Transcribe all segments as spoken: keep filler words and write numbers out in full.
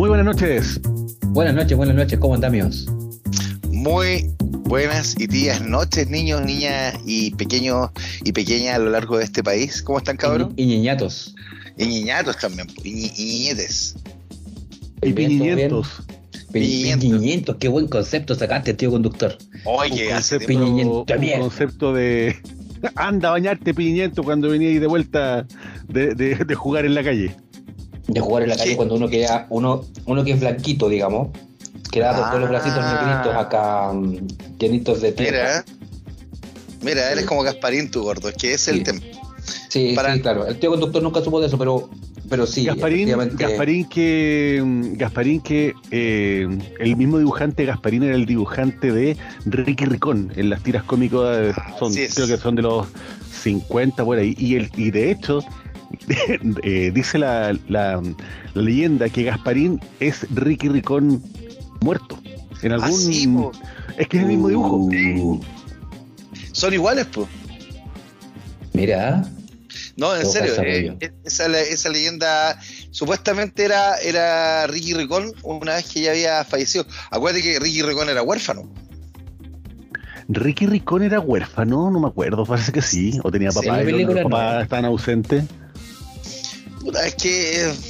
Muy buenas noches. Buenas noches, buenas noches, ¿cómo andamos? Muy buenas y días, noches, niños, niñas y pequeños y pequeñas a lo largo de este país. ¿Cómo están, cabrón? Y, y niñatos. Y niñatos también, y, ñi- y niñetes. Y piñiñentos. Piñiñentos, qué buen concepto sacaste, tío conductor. Oye, un hace concepto, tiempo. Piñiñento, un mierda. concepto de anda a bañarte piñiñento cuando veníais de vuelta de, de, de jugar en la calle. De jugar en la calle ¿Qué? cuando uno queda, uno, uno que es blanquito, digamos, queda Ah. con los bracitos negritos acá, mm, llenitos de tierra. Mira, mira, eres como Gasparín, tu gordo, es que ese es Sí. el tema. Sí, Para- sí, claro. El tío conductor nunca supo de eso, pero, pero sí, Gasparín, efectivamente. Gasparín que Gasparín que eh, el mismo dibujante Gasparín era el dibujante de Ricky Ricón en las tiras cómicas, son, Así es. creo que son de los cincuenta por ahí, y el y de hecho eh, dice la, la, la leyenda que Gasparín es Ricky Ricón muerto en algún Ah, sí, po. es que es el mismo dibujo. Uh, Son iguales, pues. Mira, No, en Todo serio, calza, eh, rollo. esa, le- esa leyenda supuestamente era, era Ricky Ricón una vez que ya había fallecido. Acuérdate que Ricky Ricón era huérfano. Ricky Ricón era huérfano, no me acuerdo, parece que sí, o tenía Sí, papá, en la y los- los película papás no. estaban ausentes. Puta, es que. eh,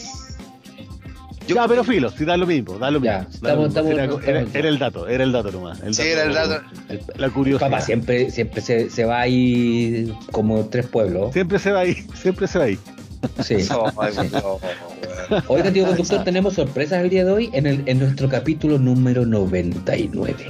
yo- Ya, pero filo, sí da lo mismo, da lo Ya, mismo. da lo estamos- mismo. estamos- era, estamos- era- era el dato, era el dato nomás. El Sí, era el dato. el, La curiosidad. papá siempre, siempre se, se va ahí como tres pueblos. Siempre se va ahí, siempre se va ahí. Sí. No, ay, Sí. no, weón. Oiga, tío conductor, tenemos sorpresas el día de hoy en, el, en nuestro capítulo número noventa y nueve.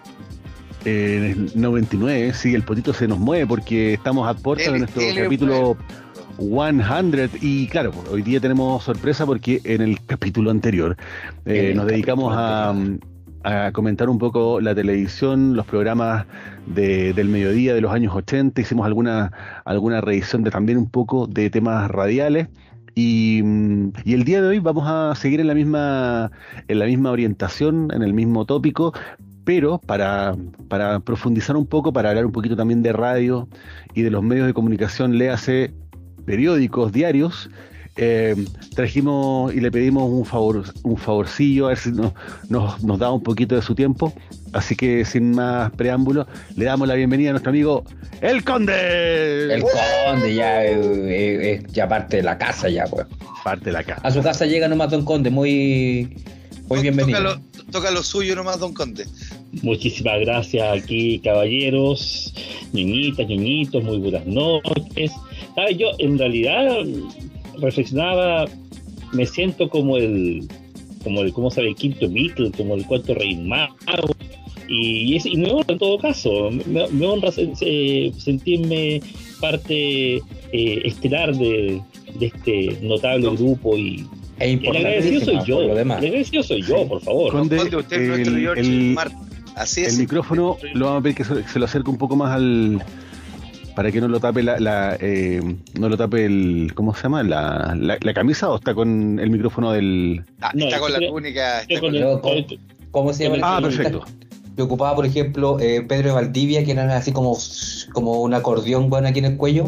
Eh, En el noventa y nueve, sí, el potito se nos mueve porque estamos a puerta de Tele- nuestro tele- capítulo cien. Y claro, hoy día tenemos sorpresa porque en el capítulo anterior eh, En el nos dedicamos a, a comentar un poco la televisión, los programas de- del mediodía de los años ochenta. Hicimos alguna, alguna revisión de también un poco de temas radiales. Y, mm, y el día de hoy vamos a seguir en la misma, en la misma orientación, en el mismo tópico, pero para, para profundizar un poco, para hablar un poquito también de radio y de los medios de comunicación, léase periódicos, diarios, eh, trajimos y le pedimos un favor, un favorcillo, a ver si nos, nos, nos da un poquito de su tiempo. Así que sin más preámbulos, le damos la bienvenida a nuestro amigo El Conde. El Conde ya es eh, eh, ya parte de la casa ya, pues. Parte de la casa. A su casa llega nomás Don Conde, muy, muy To- bienvenido. Toca lo, toca lo suyo nomás, don Conde. Muchísimas gracias aquí, caballeros, ñoñitas, ñoñitos, muy buenas noches. ¿Sabes? Yo en realidad reflexionaba, me siento como el, como el, ¿cómo sabe? El quinto Beatle, como el cuarto rey mago. Y, es, y me honra en todo caso, me, me honra sen- eh, sentirme parte eh, estelar de, de este notable grupo y Es el agradecido soy importantísima yo, por lo el demás. agradecido soy yo, por favor. Conde, Don Conde, usted es nuestro el- George el- Martin. Así El es. micrófono lo vamos a pedir que se, que se lo acerque un poco más al, para que no lo tape la, la eh, no lo tape el, ¿cómo se llama? La, la, la camisa, o está con el micrófono del. Ah, No, está con la yo- túnica. yo Está con con- el- Yo, con con- el- ¿Cómo se llama el Ah, periodista perfecto. que ocupaba, por ejemplo, eh, Pedro de Valdivia, que era así como, como un acordeón, bueno, aquí en el cuello?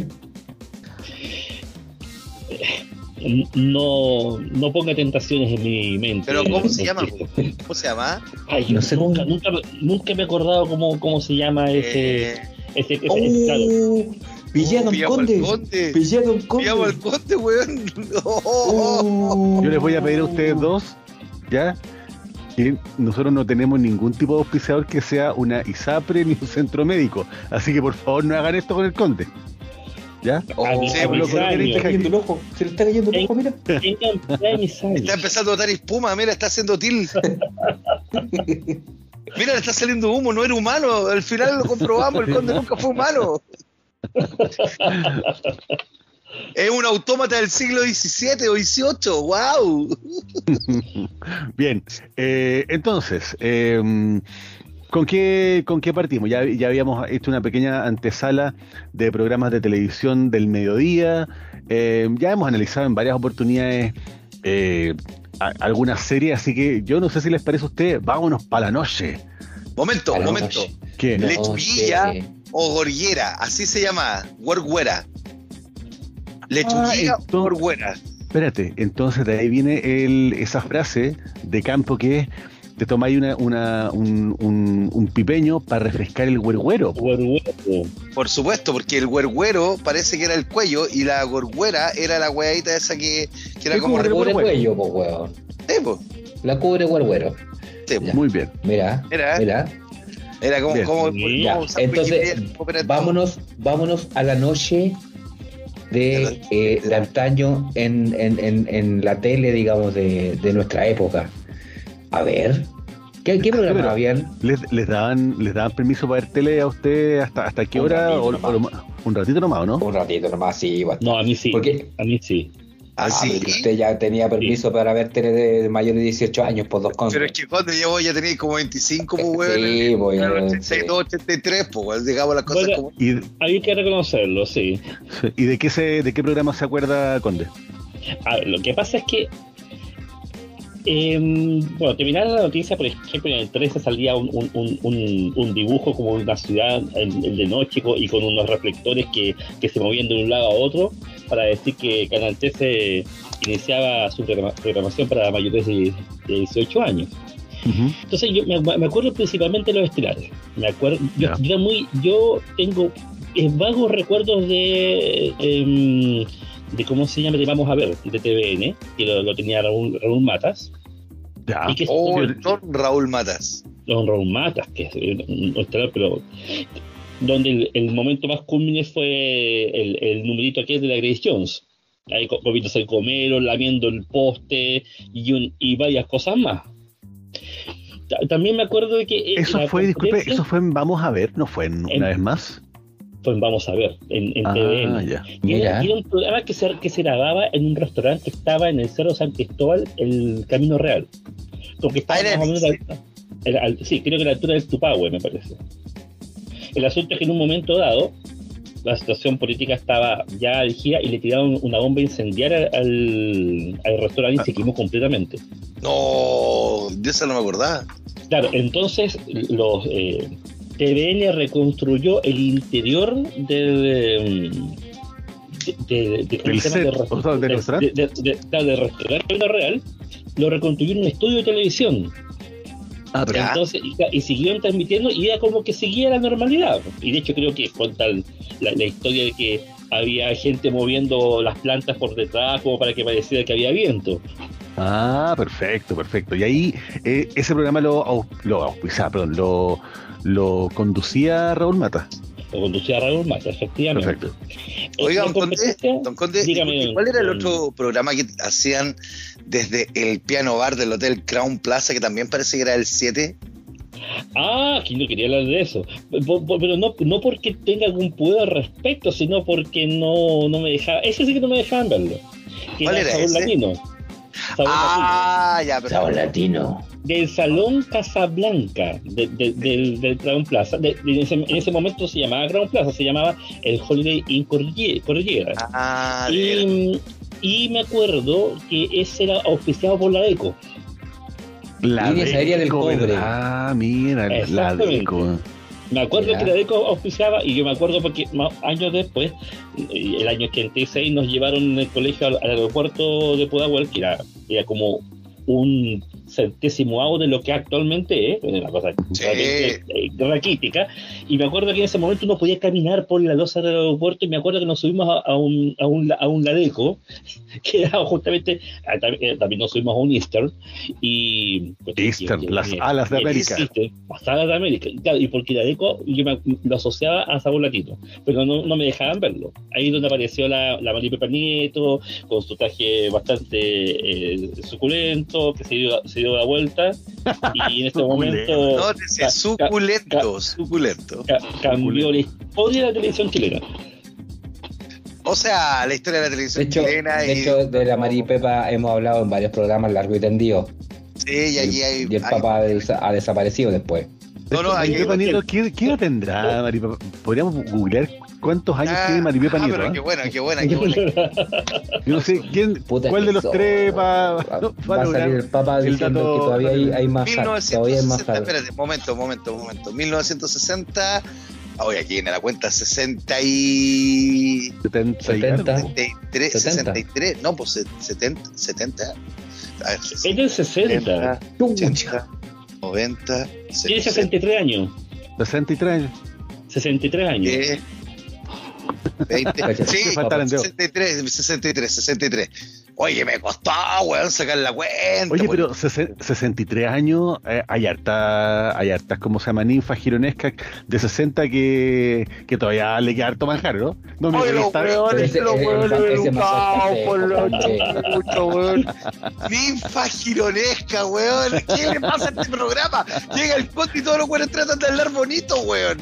no, no ponga tentaciones en mi mente. Pero ¿cómo se llama? Don Cristo. ¿Cómo se llama? Ay, No sé nunca, cómo- nunca, nunca me he acordado cómo, cómo se llama ese, Eh, ese, ese, ese- claro. ¡Oh! ¡Pillé a Don pillamos al Conde! Conde. ¡Pillé a Don Conde! Pillamos al Conde, weón. ¡Oh! Yo les voy a pedir a ustedes dos, ¿ya? Que nosotros no tenemos ningún tipo de auspiciador que sea una ISAPRE ni un centro médico. Así que por favor no hagan esto con el Conde. ¿Ya? Oh, A mi- Sí, a pero mis se le está años. cayendo el ojo, se le está cayendo el ojo, mira. Tengan ya mis años. Está empezando a botar espuma, mira, está haciendo til. Mira, le está saliendo humo, no era humano. Al final lo comprobamos, el Conde nunca fue humano. Es un autómata del siglo diecisiete o dieciocho, wow. Bien, eh, entonces, eh, ¿con qué, ¿con qué partimos? Ya, ya habíamos hecho una pequeña antesala de programas de televisión del mediodía, eh, ya hemos analizado en varias oportunidades eh, a- algunas series, así que yo no sé si les parece a ustedes, vámonos para la noche. Momento, A la momento. noche. ¿Qué? No, Lechuguilla sí. o gorguera, así se llama, gorguera. Ah, Lechuguilla o entonces- gorguera. espérate, entonces de ahí viene el, esa frase de Campo que es, te tomáis una, una, un, un, un pipeño para refrescar el güergüero. Güergüero. Por supuesto, porque el güergüero parece que era el cuello y la gorgüera era la hueadita esa que, que era ¿Qué como... cubre re- cubre cuello, po, weón? Sí, po. La cubre güergüero. Sí, po. Ya. Muy bien. Mira, Mira. mira. Era como... Bien. como Sí. Ya, como usar entonces, Wikipedia, operar todo. vámonos, vámonos a la noche de, eh, de antaño en, en, en, en la tele, digamos, de, de nuestra época. A ver, ¿qué, qué programas pero- habían? ¿Les, les daban les daban permiso para ver tele a usted hasta hasta qué Un hora? ratito O, nomás. o lo ma- un ratito nomás, ¿o no? Un ratito nomás, sí, bastante. No, a mí sí. ¿Por qué? A mí sí. Ah, Ah, sí. pero usted ya tenía permiso para ver tele de, de mayores de dieciocho años por dos contas. Pero es que cuando yo ya tenía como veinticinco, pues, Sí, weón. pues, Era ya, ochenta y dos, ochenta y tres, pues, weón, digamos las cosas Bueno, como... ¿Y, Hay que reconocerlo, sí. y de qué se de qué programa se acuerda, Conde? A ver, lo que pasa es que, eh, bueno, terminada la noticia, por ejemplo, en el trece salía un, un, un, un, un dibujo como una ciudad en, en de noche co- y con unos reflectores que, que se movían de un lado a otro para decir que Canal trece iniciaba su programa- programación para mayores de, de dieciocho años. Ujú. Entonces yo me, me acuerdo principalmente de los estelares. Me acuerdo, yo, Ya. yo era muy, yo tengo eh, vagos recuerdos de em, de cómo se llama, de Vamos a ver, de T V N, que lo, lo tenía Raúl, Raúl Matas, Ya. y que Oh, que- el don Raúl Matas. don Raúl Matas, que es un estelar, pero donde el, el momento más culmine fue el, el numerito aquel de la Grace Jones, ahí co- comiéndose el comero, lamiendo el poste y, un, y varias cosas más. Ta- También me acuerdo de que eh, Eso la fue, disculpe, competencia eso fue en Vamos a ver, ¿no fue en En- una vez más? fue en Vamos a ver, en, en Ah, T V N. ya. Y era, Mira. y era un programa que se, que se grababa en un restaurante que estaba en el Cerro San Cristóbal, el Camino Real. Porque estaba Ah, era más o menos ese. a- era al- sí, creo que a la altura del Tupahue, me parece. El asunto es que en un momento dado, la situación política estaba ya algida y le tiraron una bomba incendiaria al, al restaurante y se quemó completamente. No, de eso no me acordaba. Claro, entonces los eh, T V N reconstruyó el interior del eh, de, de, de, ¿cómo Del se llama? set, De- o sea, del de- restaurante. de- de- claro, del restaurante Camino Real, lo reconstruyó en un estudio de televisión. Ah, pero Ya. Entonces, y, y siguieron transmitiendo y era como que seguía la normalidad. Y de hecho creo que cuenta el- la, la historia de que había gente moviendo las plantas por detrás como para que pareciera que había viento. Ah, perfecto, perfecto. Y ahí eh, ese programa lo, au- lo auspiciaba, perdón, lo, lo conducía Raúl Mata. Lo conducía Raúl Mata, efectivamente. Perfecto. Oiga, La don Conde, competencia- don Conde, dígame, ¿y ¿cuál era el don- otro programa que hacían desde el piano bar del Hotel Crown Plaza, que también parece que era el siete? Ah, que no quería hablar de eso. Po- po- Pero no, no porque tenga algún poder al respecto, sino porque no, no me dejaba. Ese sí que no me dejaban verlo. Que ¿Cuál era Sabor ese? Latino. Sabor Ah, ya, Chavo pero latino. Del Salón Casablanca de, de- del, del Crown Plaza. De- de- en, ese, en ese momento se llamaba Crown Plaza, se llamaba el Holiday Inn Corrie- Cordillera. Ah, de veras. y, y me acuerdo que ese era auspiciado por la DECO. La Línea aérea del Deco, cobre. ¿verdad? Ah, mira, la Exactamente. Deco. Me acuerdo Ya. que la DECO auspiciaba, y yo me acuerdo porque más años después, eh, el año ochenta y seis, nos llevaron en el colegio al, al aeropuerto de Pudahuel, que era, era como un centésimo de lo que actualmente es, una cosa Sí. realmente, eh, raquítica, y me acuerdo que en ese momento uno podía caminar por la losa del aeropuerto, y me acuerdo que nos subimos a, a un, a, un, a un Ladeco, que era justamente, ah, también, eh, también nos subimos a un Eastern, y... Eastern, las alas de el América. Eastern, las alas de América, claro, y porque Ladeco yo me, lo asociaba a Sabor Latino, pero no, no me dejaban verlo. Ahí es donde apareció la, la María Pepa Nieto, con su traje bastante eh, suculento, que se dio, se dio la vuelta, y en este Suculento. momento No, decía ca- suculento, ca- suculento. ca- cambió la historia de la televisión chilena. O sea, la historia de la De televisión hecho, chilena de, y, hecho, de la Mari Pepa hemos hablado en varios programas largo y tendido. sí, y aquí hay, Y el hay- Papa ha desa- ha desaparecido después. no, no, aquí hay- Maripepa Nieto, ¿qué, ¿qué edad tendrá Maripepa? Podríamos googlear cuántos años Ah, tiene Maripepa ah, Nieto. pero ¿eh? qué buena, qué buena, qué buena. Yo no sé quién, Puta cuál que de los so- tres va, va, va va a lograr salir el Papa el diciendo dato- que todavía hay, hay más hard, todavía hay más mil novecientos sesenta, hard. espérate, momento, momento, momento. mil novecientos sesenta, Oye, aquí viene la cuenta sesenta y... setenta. setenta. sesenta y tres, sesenta y tres, no, pues setenta, setenta. A ver, Es del sesenta. ochenta, noventa, Tiene sesenta y tres años. sesenta y tres años. sesenta y tres años. diez, veinte, sí, faltaron dedos. sesenta y tres, sesenta y tres, sesenta y tres. Oye, me costó, weón, sacar la cuenta. Oye, weón. pero sesen- sesenta y tres años, eh, hay harta, hay hartas, ¿cómo se llama? Ninfas gironescas de sesenta que, que todavía le queda harto manjar, ¿no? No, mi Oye, los revista- weones, Ese- los ese- weones ese- ese educados masaje, por la hombre. chucha, weón. Ninfa gironesca, weón. ¿Qué le pasa a este programa? Llega el conde y todos los weones tratan de hablar bonito, weón.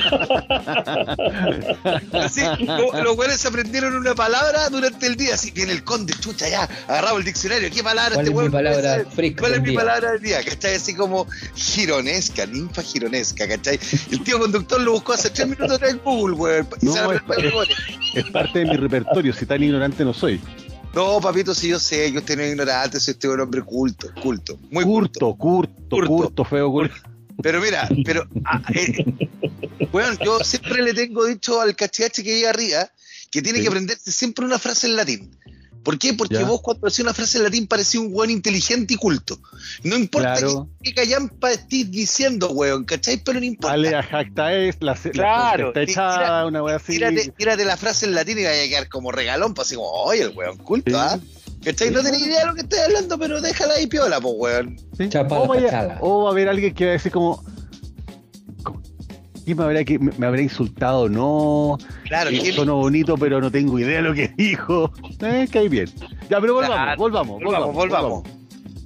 Así, lo- los weones aprendieron una palabra durante el día. Así viene el conde, chucha, ya, agarramos el diccionario. ¿Qué palabra ¿Cuál este es mi weón? palabra puede ser? freak ¿Cuál es del mi día? palabra del día? ¿Cachai? Así como gironesca, ninfa gironesca, ¿cachai? El tío conductor lo buscó hace tres minutos en Google, weón. Y No, se la es- aprendió de memoria. es parte de mi repertorio, si tan ignorante no soy. No, papito, si yo sé que usted no es ignorante, si usted es un hombre culto, culto, muy culto. Curto, curto, Curto. curto, feo, curto. Pero mira, pero, ah, eh, bueno, yo siempre le tengo dicho al cachivache que llega arriba que tiene Sí. que aprenderse siempre una frase en latín. ¿Por qué? Porque Ya. vos cuando decís una frase en latín parecís un weón inteligente y culto. No importa Claro. qué, qué callampa estés diciendo, weón, ¿cachai? Pero no importa. Alea jacta es, la, la Claro, está tí- echada, tira- una wea así. Tírate, tírate la frase en latín y vaya a quedar como regalón, pues así como, oye, el weón culto, Sí. ¿ah? ¿Cachai? Sí. No tenés idea de lo que estoy hablando, pero déjala ahí piola, pues, weón. ¿sí? Chapa O, la vaya- cachala. o va a haber alguien que va a decir como, como, ¿quién me habrá, que, me, me habrá insultado? No, Claro, eh, ¿quién- sonó bonito, pero no tengo idea de lo que dijo. Eh, que hay bien. Ya, pero volvamos, Claro. volvamos, Volvamos, volvamos, volvamos.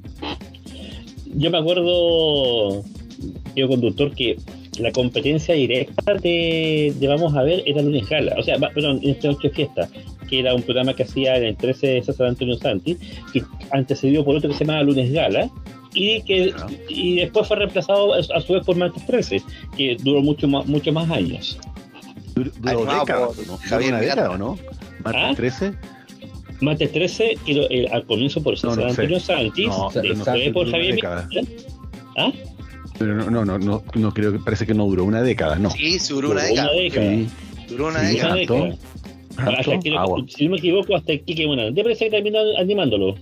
Yo me acuerdo, yo conductor, que la competencia directa de, de Vamos a Ver era Lunes Gala, o sea, va- perdón, en esta noche fiesta, que era un programa que hacía en el trece de San Antonio Santi, que antecedió por otro que se llamaba Lunes Gala, y que Ya. y después fue reemplazado a, a su vez por Martes trece, que duró mucho más, mucho más años. Dur- Duró Ay, no, décadas, po, ¿no? Duró Javier, una mira. década, ¿o no? Martes ¿Ah? trece. Martes trece, que lo- eh, al comienzo por San No, no sé. Antonio Santi, No, después no sé, por duró Javier una década. Milán. ¿Ah? Pero no, no, no, no, no creo que parece que no duró una década, no. Sí, sí, duró una Duró década. una década. Sí. Duró una Sí, década. Una ¿Tanto? década. Hasta ¿Tanto? que, Ah, bueno. si no me equivoco, hasta el Quique Morandé parece que terminó animándolo.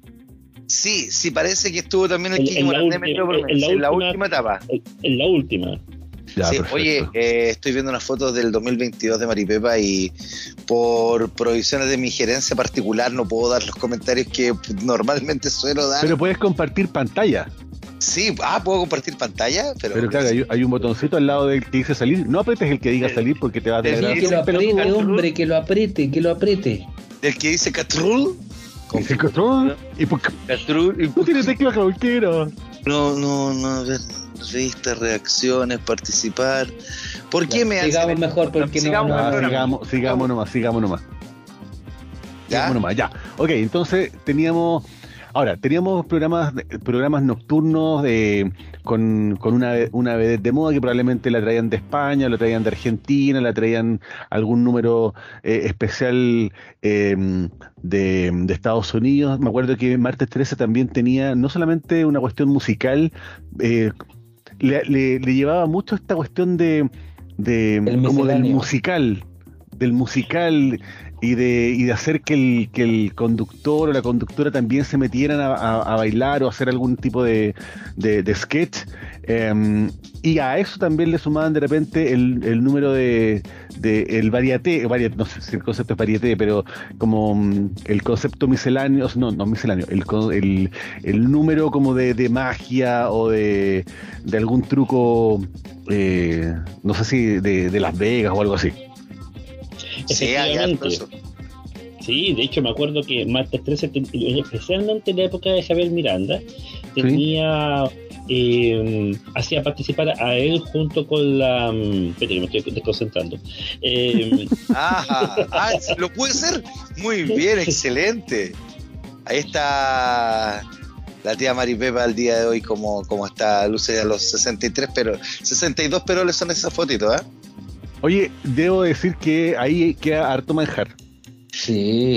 Sí, sí, parece que estuvo también el En- Kiki en la Morandé última- metido por en la medio, en la última- última etapa. En la última. Ya, Sí, perfecto. oye, eh, estoy viendo unas fotos del dos mil veintidós de Maripepa y por prohibiciones de mi gerencia particular no puedo dar los comentarios que normalmente suelo dar. Pero puedes compartir pantalla. Sí, ah, puedo compartir pantalla, pero, Pero claro, hay, hay un botoncito al lado del que dice salir. No apretes el que diga salir porque te va a Del- tener Sí, que lo apriete, hombre, que lo apriete, que lo apriete. el que dice Catrul, Dice control. ¿Y por qué Catrul, y- no tiene tecla cualquiera? no, no, no, a ver, revista, reacciones, participar. ¿Por qué Ya, me sigamos hacen mejor porque no- Sigamos no- el Ah, programa. sigamos, sigamos nomás, sigamos nomás. ¿Ya? Sigamos nomás, ya. Ok, entonces teníamos. Ahora, teníamos programas programas nocturnos de, con, con una, una vedette de moda que probablemente la traían de España, la traían de Argentina, la traían algún número eh, especial eh, de, de Estados Unidos. Me acuerdo que Martes trece también tenía no solamente una cuestión musical, eh, le, le- le llevaba mucho esta cuestión de, de El como del misceláneo. musical, del musical y de, y de hacer que el, que el conductor o la conductora también se metieran a, a- a bailar o a hacer algún tipo de, de, de sketch. Eh, y a eso también le sumaban de repente el, el número de, de el varieté, variet- no sé si el concepto es varieté, pero como mm, el concepto misceláneo, no, no misceláneo, el, co- el, el número como de, de magia o de, de algún truco, eh, no sé si de, de Las Vegas o algo así. Sí, hay harto Efectivamente. eso. Sí, de hecho me acuerdo que Martes trece, ten- especialmente en la época de Isabel Miranda, tenía, eh, hacía participar a él junto con la... mm, Espérate que me estoy desconcentrando. Eh, Ajá, ah, lo puede ser. Muy bien, excelente. Ahí está la tía Maripepa al día de hoy, como, como está, luce a los sesenta y tres, pero sesenta y dos peroles son esas fotitos, ¿eh? Oye, debo decir que ahí queda harto manjar. Sí. Y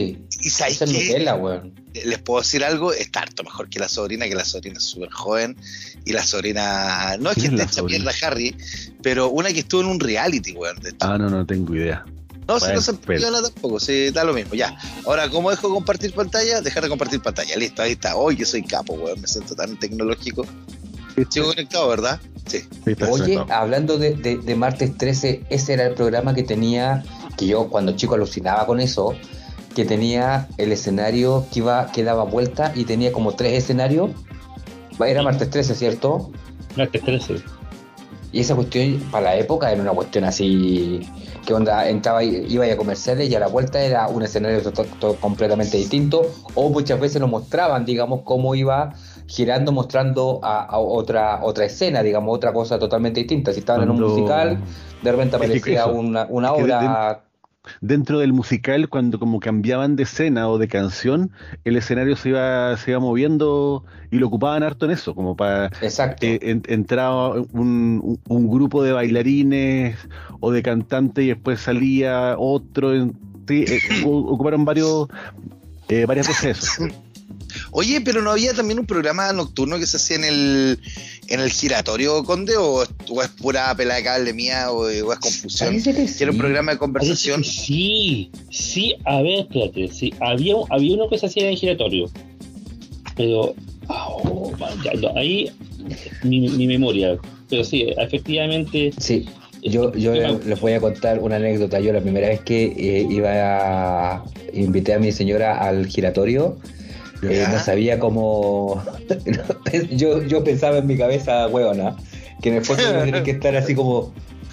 Y sabes Esa es qué, Nutella, weón. les puedo decir algo, está harto mejor que la sobrina, que la sobrina es súper joven, y la sobrina, no es que ¿Quién es esté la hecha sobrina? mierda Harry, pero una que estuvo en un reality, weón, de hecho. Ah, no, no tengo idea. No, si Bueno, no se pero- piola tampoco, sí, da lo mismo, ya. Ahora, ¿cómo dejo de compartir pantalla? Dejar de compartir pantalla, listo, ahí está. Hoy que soy capo, weón, me siento tan tecnológico. Sigo conectado, ¿verdad? Sí. Sí, está Oye, conectado. hablando de, de, de Martes trece, ese era el programa que tenía, que yo cuando chico alucinaba con eso, que tenía el escenario que iba, que daba vuelta y tenía como tres escenarios. Era Martes trece, ¿cierto? Martes trece. Y esa cuestión, para la época, era una cuestión así, que onda, entraba, y- iba a comerciales y a la vuelta era un escenario to- to- completamente distinto, o muchas veces nos mostraban, digamos, cómo iba girando, mostrando a, a otra otra escena, digamos, otra cosa totalmente distinta. Si estaban en un Cuando- musical, de repente Es que aparecía eso, una, una es que obra. Dentro del musical, cuando como cambiaban de escena o de canción, el escenario se iba, se iba moviendo y lo ocupaban harto en eso, como para Exacto. eh, en- entraba un, un- un grupo de bailarines o de cantantes y después salía otro. en- sí, eh, o- ocuparon varios eh, varias veces eso. Oye, pero ¿no había también un programa nocturno que se hacía en el en el giratorio, Conde? ¿O, es- o es pura pelada de cable mía o, o es confusión? Parece que Que era un sí. programa de conversación. Sí, sí, a ver, espérate, sí, había, había uno que se hacía en el giratorio, pero oh, ya, no, ahí mi, mi memoria, pero sí, efectivamente, Sí, yo, yo Yo- les voy a contar una anécdota. Yo la primera vez que eh, iba a invité a mi señora al giratorio, eh, Ya. no sabía cómo. yo, yo pensaba en mi cabeza, huevona, que en el fondo iba a tener que estar así como.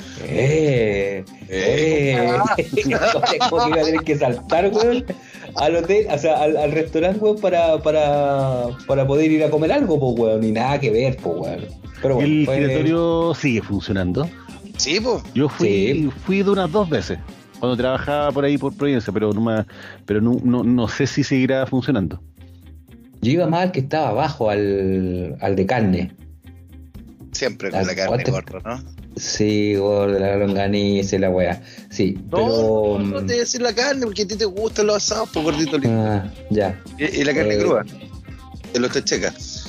¡Eh! ¡Eh! Como que iba a tener que saltar, weón, al hotel, o sea, al, al restaurante, weón, para, para, para poder ir a comer algo, pues, weón, ni nada que ver, pues, weón. Pero bueno, El fue- giratorio sigue funcionando. Sí, pues. Yo fui, Sí. fui de unas dos veces cuando trabajaba por ahí por Providencia, pero no me- pero no, no, no sé si seguirá funcionando. Yo iba más al que estaba abajo, al, al de carne. Siempre con Ah, la carne ¿cuánto- gordo, ¿no? Sí, gordo, la longaniza y la weá. Sí, pero. No, no, no te voy a decir la carne porque a ti te gustan los asados, por gordito lindo. Ah, ya. Y, y la carne eh, cruda. En los techeca.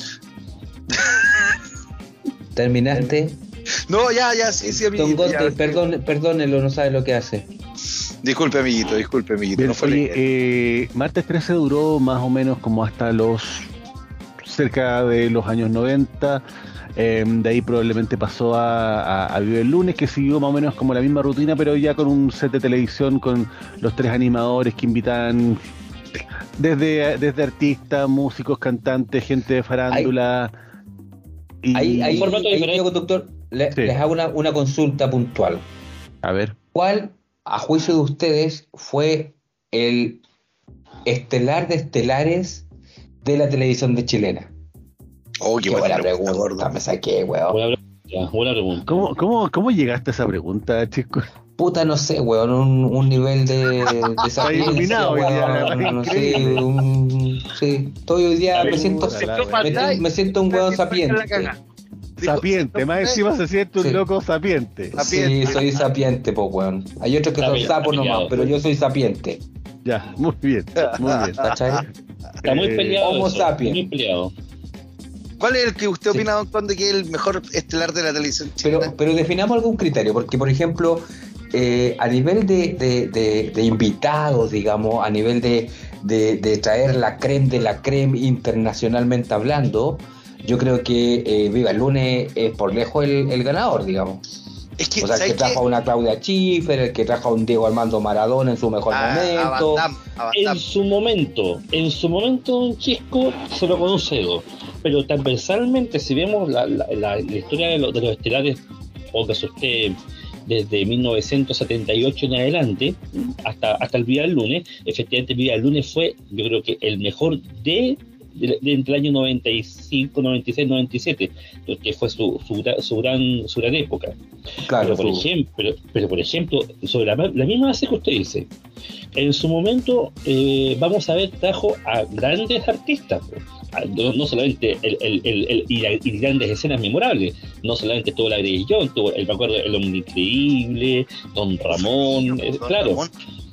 ¿Terminaste? No, ya, ya, sí, sí, Don amiguito. Gote, ya. perdón, perdónelo, no sabe lo que hace. Disculpe, amiguito, disculpe, amiguito. Bien, No fue la oye, idea. eh, Martes trece duró más o menos como hasta los cerca de los años noventa. Eh, de ahí probablemente pasó a, a, a Vive el Lunes, que siguió más o menos como la misma rutina, pero ya con un set de televisión con los tres animadores que invitan desde, desde artistas, músicos, cantantes, gente de farándula. y, Ahí, ahí, formato ahí, diferente. yo, doctor, le- Sí. les hago una, una consulta puntual. A ver, ¿Cuál, a juicio de ustedes, fue el estelar de estelares de la televisión de chilena? Oh, qué, Qué buena buena pregunta, pregunta, gordo. me saqué, weón. buena pregunta, buena pregunta. ¿cómo, cómo, cómo llegaste a esa pregunta, chicos? Puta, no sé, weón, un, un nivel de, de sapiencia, iluminado hoy día, la verdad, weón, no sé, increíble. un, sí, estoy hoy día, me siento, Puta la me, wea. me siento un weón sapiente. Dijo, Sapiente, más encima se siente un Sí. loco sapiente. Sí, soy sapiente, po, weón. Hay otros que son Está sapos peleado. nomás, pero yo soy sapiente, Ya, muy bien, muy bien. ¿cachai? Está muy Eh, peleado. Homo eso, sapiens. Muy peleado. ¿Cuál es el que usted Sí. opina, don Conde, que es el mejor estelar de la televisión Pero, chilena? pero definamos algún criterio, porque por ejemplo, eh, a nivel de, de- de- de invitados, digamos, a nivel de, de- de traer la creme de la creme internacionalmente hablando, yo creo que eh, Viva el Lunes es por lejos el, el ganador, digamos. Es que, O sea, el que ¿sabes trajo qué? a una Claudia Schiffer, el que trajo a un Diego Armando Maradona en su mejor A- a momento. Van Damme, a Van En Damme. su momento, en su momento, Don Chisco se lo concedo, pero transversalmente, si vemos la, la, la- la historia de, lo- de los estelares, póngase usted desde mil novecientos setenta y ocho en adelante, hasta, hasta el Viva el Lunes, efectivamente el Viva el Lunes fue, yo creo que el mejor de, de, de entre el año noventa y cinco, noventa y seis, noventa y siete, que fue su, su, gra- su gran, su gran época. Claro, Pero por, su- ejemplo, pero, pero por ejemplo, sobre la, la misma base que usted dice, en su momento eh, vamos a ver trajo a grandes artistas, po. A- no, no solamente el, el, el, el- y, la- y grandes escenas memorables, no solamente tuvo la Grace Jones, tuvo el, me acuerdo, el Hombre Increíble, Don Ramón, eh, Don claro, Ramón.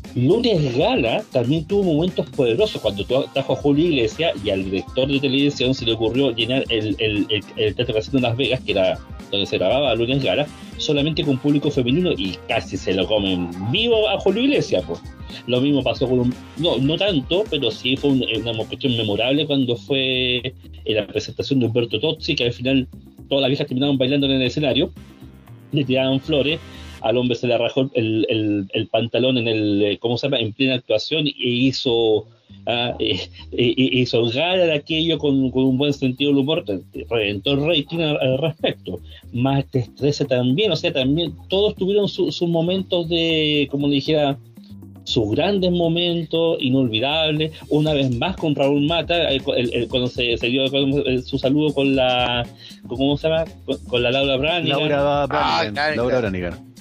Lunes Gala también tuvo momentos poderosos cuando trajo a Julio Iglesias y al director de televisión se le ocurrió llenar el, el, el, el Teatro Casino de Las Vegas, que era donde se grababa Lunes Gala, solamente con público femenino y casi se lo comen vivo a Julio Iglesias, pues. Lo mismo pasó con un... No, no tanto, pero sí fue un, una cuestión memorable cuando fue en la presentación de Humberto Tozzi, que al final todas las viejas terminaron bailando en el escenario, le tiraban flores, al hombre se le rajó el, el, el pantalón en el, ¿cómo se llama?, en plena actuación, e hizo ah, eh, eh, hizo gala de aquello con, con un buen sentido del humor, reventó el rating al, al respecto. Martes trece también, o sea, también todos tuvieron sus su momentos de, como le dijera, sus grandes momentos inolvidables. Una vez más con Raúl Mata, el, el, el, cuando se, se dio el, su saludo con la, ¿cómo se llama?, con, con la Laura Branigan. Laura Branigan. Ah, Laura Branigan.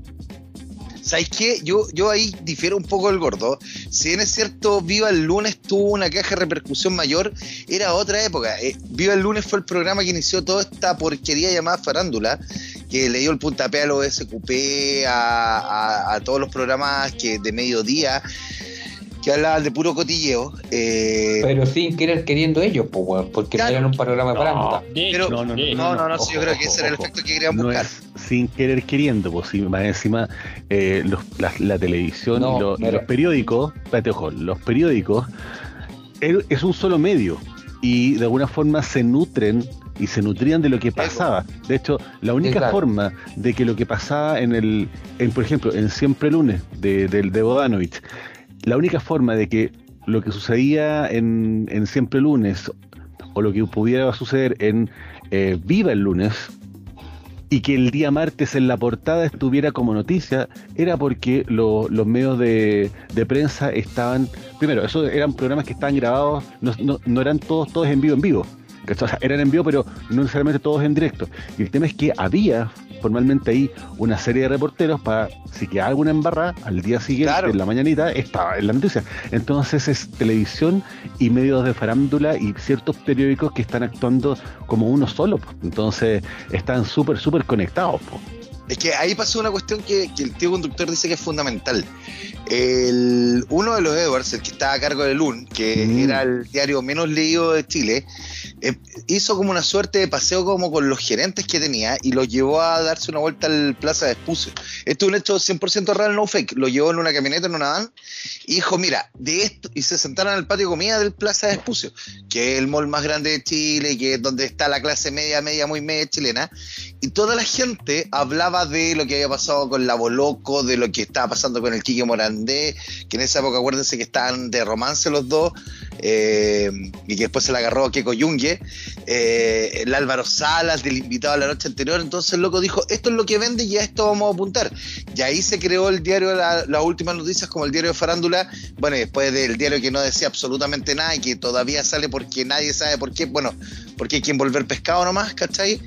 ¿Sabes qué? Yo, yo ahí difiero un poco del gordo. Si bien es cierto, Viva el Lunes tuvo una caja de repercusión mayor, era otra época. Eh, Viva el Lunes fue el programa que inició toda esta porquería llamada farándula, que le dio el puntapié a los S Q P, a, a, a todos los programas que de mediodía, que hablaban de puro cotilleo. Eh, pero sin querer queriendo ellos, pues, porque claro, no eran un programa de farándula. Pero, no, no, no, no, no, no ojo, yo creo que ese ojo, era el efecto que querían buscar. No es sin querer queriendo, pues más encima eh, los, la, la televisión no, y, lo, y los periódicos, espérate, ojo, los periódicos es un solo medio y de alguna forma se nutren y se nutrían de lo que pasaba. De hecho, la única claro. forma de que lo que pasaba en el, en, por ejemplo, en Siempre Lunes de, de, de Bodanovich, la única forma de que lo que sucedía en, en Siempre Lunes o lo que pudiera suceder en eh, Viva el Lunes y que el día martes en la portada estuviera como noticia era porque lo, los medios de, de prensa estaban, primero, esos eran programas que estaban grabados, no, no, no eran todos todos en vivo en vivo, o sea, eran en vivo pero no necesariamente todos en directo, y el tema es que había formalmente ahí una serie de reporteros para, si quedaba alguna embarrada, al día siguiente, claro, en la mañanita, estaba en la noticia. Entonces es televisión y medios de farándula y ciertos periódicos que están actuando como uno solo, pues. Entonces están súper, súper conectados, pues. Es que ahí pasó una cuestión que, que el tío conductor dice que es fundamental. El, uno de los Edwards, el que estaba a cargo del L U N, que mm. era el diario menos leído de Chile, eh, hizo como una suerte de paseo como con los gerentes que tenía y los llevó a darse una vuelta al Plaza de Espucio. Esto es un hecho cien por ciento real, no fake. Lo llevó en una camioneta, en una van, y dijo, mira, de esto, y se sentaron en el patio de comida del Plaza de Espucio, que es el mall más grande de Chile, que es donde está la clase media, media, muy media chilena, y toda la gente hablaba de lo que había pasado con la Boloco, de lo que estaba pasando con el Quique Morandé, que en esa época acuérdense que estaban de romance los dos, eh, y que después se la agarró a Keiko Yungue, eh, el Álvaro Salas del invitado a la noche anterior. Entonces el loco dijo, esto es lo que vende y a esto vamos a apuntar, y ahí se creó el diario la, las últimas noticias como el diario de farándula, bueno, y después del diario que no decía absolutamente nada y que todavía sale porque nadie sabe por qué, bueno, porque hay que envolver pescado nomás, ¿cachai?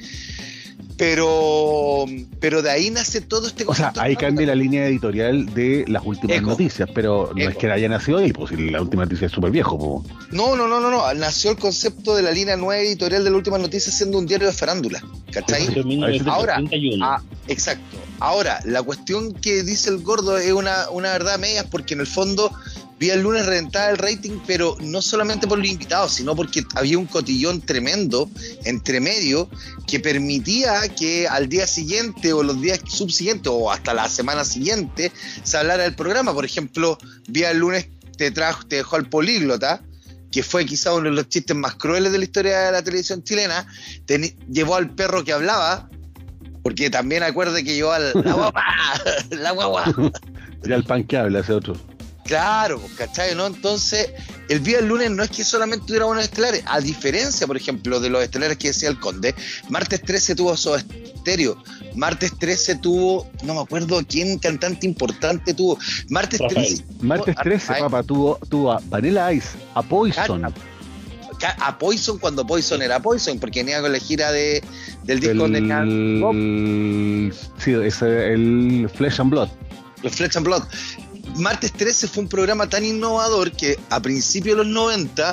Pero, pero de ahí nace todo este concepto. O sea, ahí cambia la línea editorial de las últimas Eco. noticias, pero no Eco. es que haya nacido ahí, pues la última noticia es súper viejo. Pues. No, no, no, no, no, nació el concepto de la línea nueva editorial de la última noticia siendo un diario de farándula, ¿cachai? Ahora, ah, exacto. Ahora, la cuestión que dice el gordo es una, una verdad a medias, porque en el fondo Viva el Lunes reventaba el rating, pero no solamente por los invitados, sino porque había un cotillón tremendo entre medio que permitía que al día siguiente o los días subsiguientes o hasta la semana siguiente se hablara del programa. Por ejemplo, Viva el Lunes te trajo, te dejó al políglota, que fue quizá uno de los chistes más crueles de la historia de la televisión chilena. Te, llevó al perro que hablaba, porque también acuerde que llevó al la guapa, la guagua. Era el pan que habla, ese otro. Claro, ¿cachai? ¿No? Entonces, el Viva el Lunes no es que solamente tuviera buenos estelares, a diferencia, por ejemplo, de los estelares que decía el Conde. Martes trece tuvo Soda Stereo, Martes trece tuvo, no me acuerdo quién cantante importante tuvo. Martes trece, Martes trece, a, papá, tuvo, tuvo a Vanilla Ice, a Poison. A, a Poison cuando Poison era Poison, porque venía con la gira de, del disco el, de Can Rock. Sí, es el Flesh and Blood. El Flesh and Blood. Martes trece fue un programa tan innovador que a principios de los noventa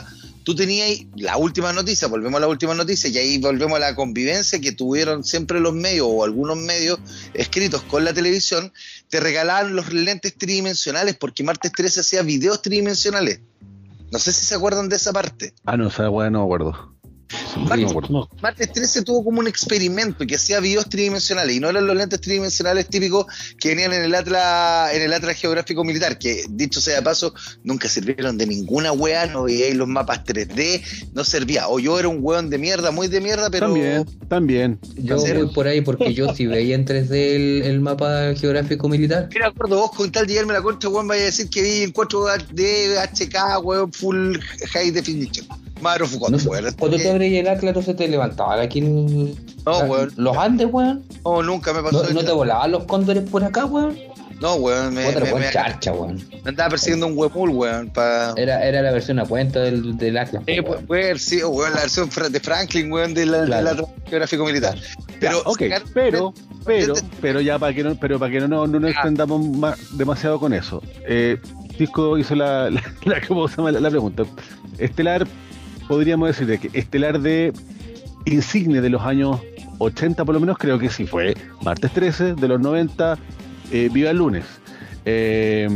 tú tenías la última noticia, volvemos a la última noticia, y ahí volvemos a la convivencia que tuvieron siempre los medios, o algunos medios escritos con la televisión, te regalaban los lentes tridimensionales, porque Martes trece hacía videos tridimensionales. No sé si se acuerdan de esa parte. Ah, no, esa weá no me acuerdo. Martes, no. Martes trece tuvo como un experimento que hacía videos tridimensionales, y no eran los lentes tridimensionales típicos que venían en el Atlas, en el Atlas Geográfico Militar, que dicho sea de paso, nunca sirvieron de ninguna wea, no veíais los mapas tres D, no servía. O yo era un weón de mierda, muy de mierda, pero. También, también. Yo voy por ahí porque yo sí veía en tres D el, el mapa geográfico militar. ¿Qué acuerdo vos con tal de llevarme la concha, weón, vaya a decir que vi en cuatro D H K, weón, full high definition? Madre Foucault, no, weón. Cuando te abrías el Atlas, no se te levantaba aquí el, no, la, weón. Los Andes, weón. No, nunca me pasó. ¿No, ¿no te volaban los cóndores por acá, weón? No, weón. Me, Otra me, weón me, charcha, weón. Me andaba persiguiendo un huepul, weón. Pa... Era, era la versión a cuenta del, del Atlas. Sí, puede puede sí, o weón, la versión de Franklin, weón, del claro. Atlas Geográfico Militar. Pero, ya, okay, pero, pero, pero ya para que no, pero para que no, no, no nos extendamos más, demasiado con eso. Eh, Cisco hizo la, la, la, ¿cómo se llama? la, la pregunta. Estelar, podríamos decir de que estelar de insigne de los años ochenta, por lo menos, creo que sí fue Martes trece, de los noventa, eh, Viva el Lunes. Eh,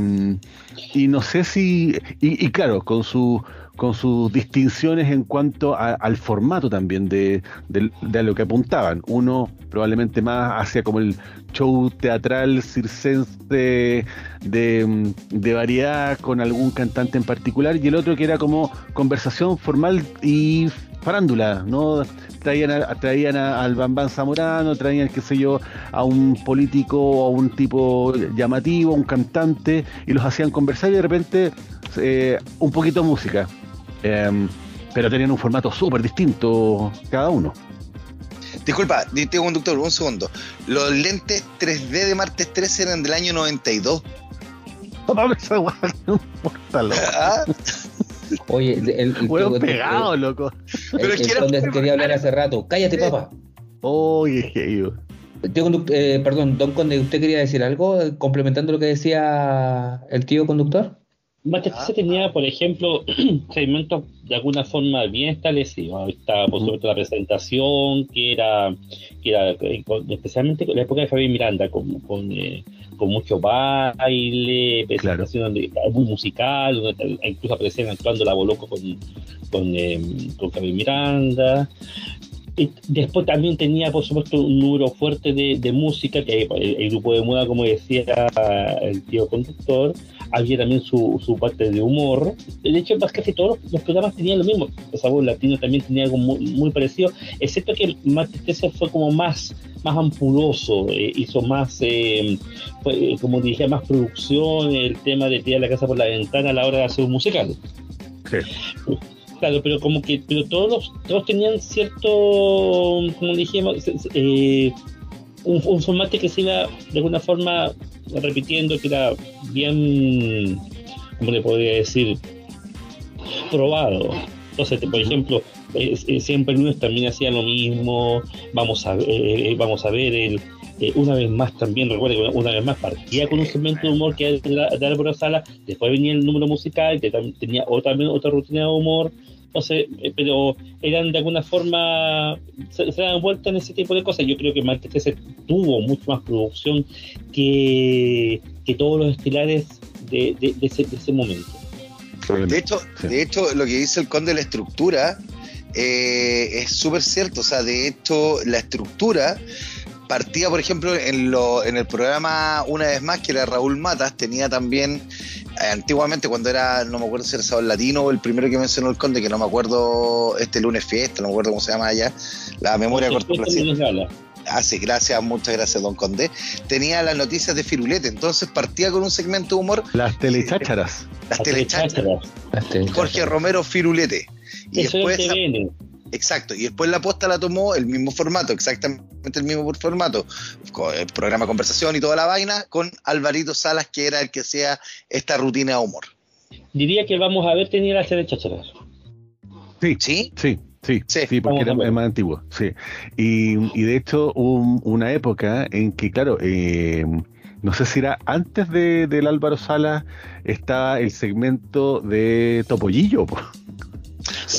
y no sé si, y, y claro, con su con sus distinciones en cuanto a, al formato también de, de, de a lo que apuntaban. Uno probablemente más hacia como el show teatral circense de, de, de variedad con algún cantante en particular, y el otro que era como conversación formal y farándula, ¿no? Traían, a, traían a, al Bambán Zamorano, traían, qué sé yo, a un político o a un tipo llamativo, un cantante, y los hacían conversar, y de repente eh, un poquito de música. Eh, pero tenían un formato súper distinto cada uno. Disculpa, tío conductor, un segundo. Los lentes tres D de Martes trece eran del año noventa y dos. No, esa guay no importa, loco. ¿Ah? Oye, el, el, el huevo pegado, el, loco. Pero el, el, el conde quería hablar hace rato. Cállate, papá. Oye, oh, tío conductor, eh, perdón, don Conde, ¿usted quería decir algo complementando lo que decía el tío conductor? Martes trece tenía, por ejemplo, segmentos de alguna forma bien establecidos. Estaba, por supuesto, la presentación, que era, que era especialmente en la época de Javier Miranda, con, con, eh, con mucho baile, presentación claro. muy musical, donde incluso aparecían actuando la Boloco con, con, eh, con Javier Miranda. Y después también tenía, por supuesto, un número fuerte de, de música, que el, el grupo de moda, como decía el tío conductor. Había también su, su parte de humor. De hecho, casi todos los programas tenían lo mismo. El Sabor Latino también tenía algo muy, muy parecido, excepto que Martes trece fue como más, más ampuloso, eh, hizo más, eh, fue, como dije, más producción, el tema de tirar la casa por la ventana a la hora de hacer un musical. Sí. Claro, pero como que pero todos los, todos tenían cierto, como dijimos, eh, un, un formato que se iba de alguna forma repitiendo, que era bien, ¿cómo le podría decir? Probado. Entonces, por ejemplo, eh, eh, Siempre el Lunes también hacía lo mismo. Vamos a, eh, vamos a ver el eh, una vez más también, recuerdo que una vez más partía con un segmento de humor que era de Álvaro Sala, después venía el número musical, que también tenía otra, también otra rutina de humor. Entonces, eh, pero eran de alguna forma, se, se dan vuelta en ese tipo de cosas. Yo creo que Martes trece tuvo mucho más producción que, que todos los estelares de, de, de, ese, de ese momento. De hecho, sí. de hecho, lo que dice el Conde de la estructura eh, es súper cierto. O sea, de hecho, la estructura partía, por ejemplo, en, lo, en el programa Una Vez Más, que era Raúl Matas, tenía también... Antiguamente, cuando era, no me acuerdo si era Sabor Latino o el primero que mencionó el Conde, que no me acuerdo, este Lunes Fiesta, no me acuerdo cómo se llama allá, la memoria cortoplacista. Ah, sí, gracias, muchas gracias, don Conde. Tenía las noticias de Firulete, entonces partía con un segmento de humor. Las telechácharas. Las, las telechácharas. Telechácharas. Jorge Romero Firulete. Y Eso después. Es Exacto, y después la Posta la tomó el mismo formato, exactamente el mismo formato, con el programa Conversación y toda la vaina, con Alvarito Salas, que era el que hacía esta rutina de humor. Diría que vamos a ver tenía las telechácharas. Sí, sí, sí, sí, sí, sí porque era más antiguo, sí. Y, y de hecho hubo una época en que, claro, eh, no sé si era antes de, del Álvaro Salas, estaba el segmento de Topollillo, pues. Sí,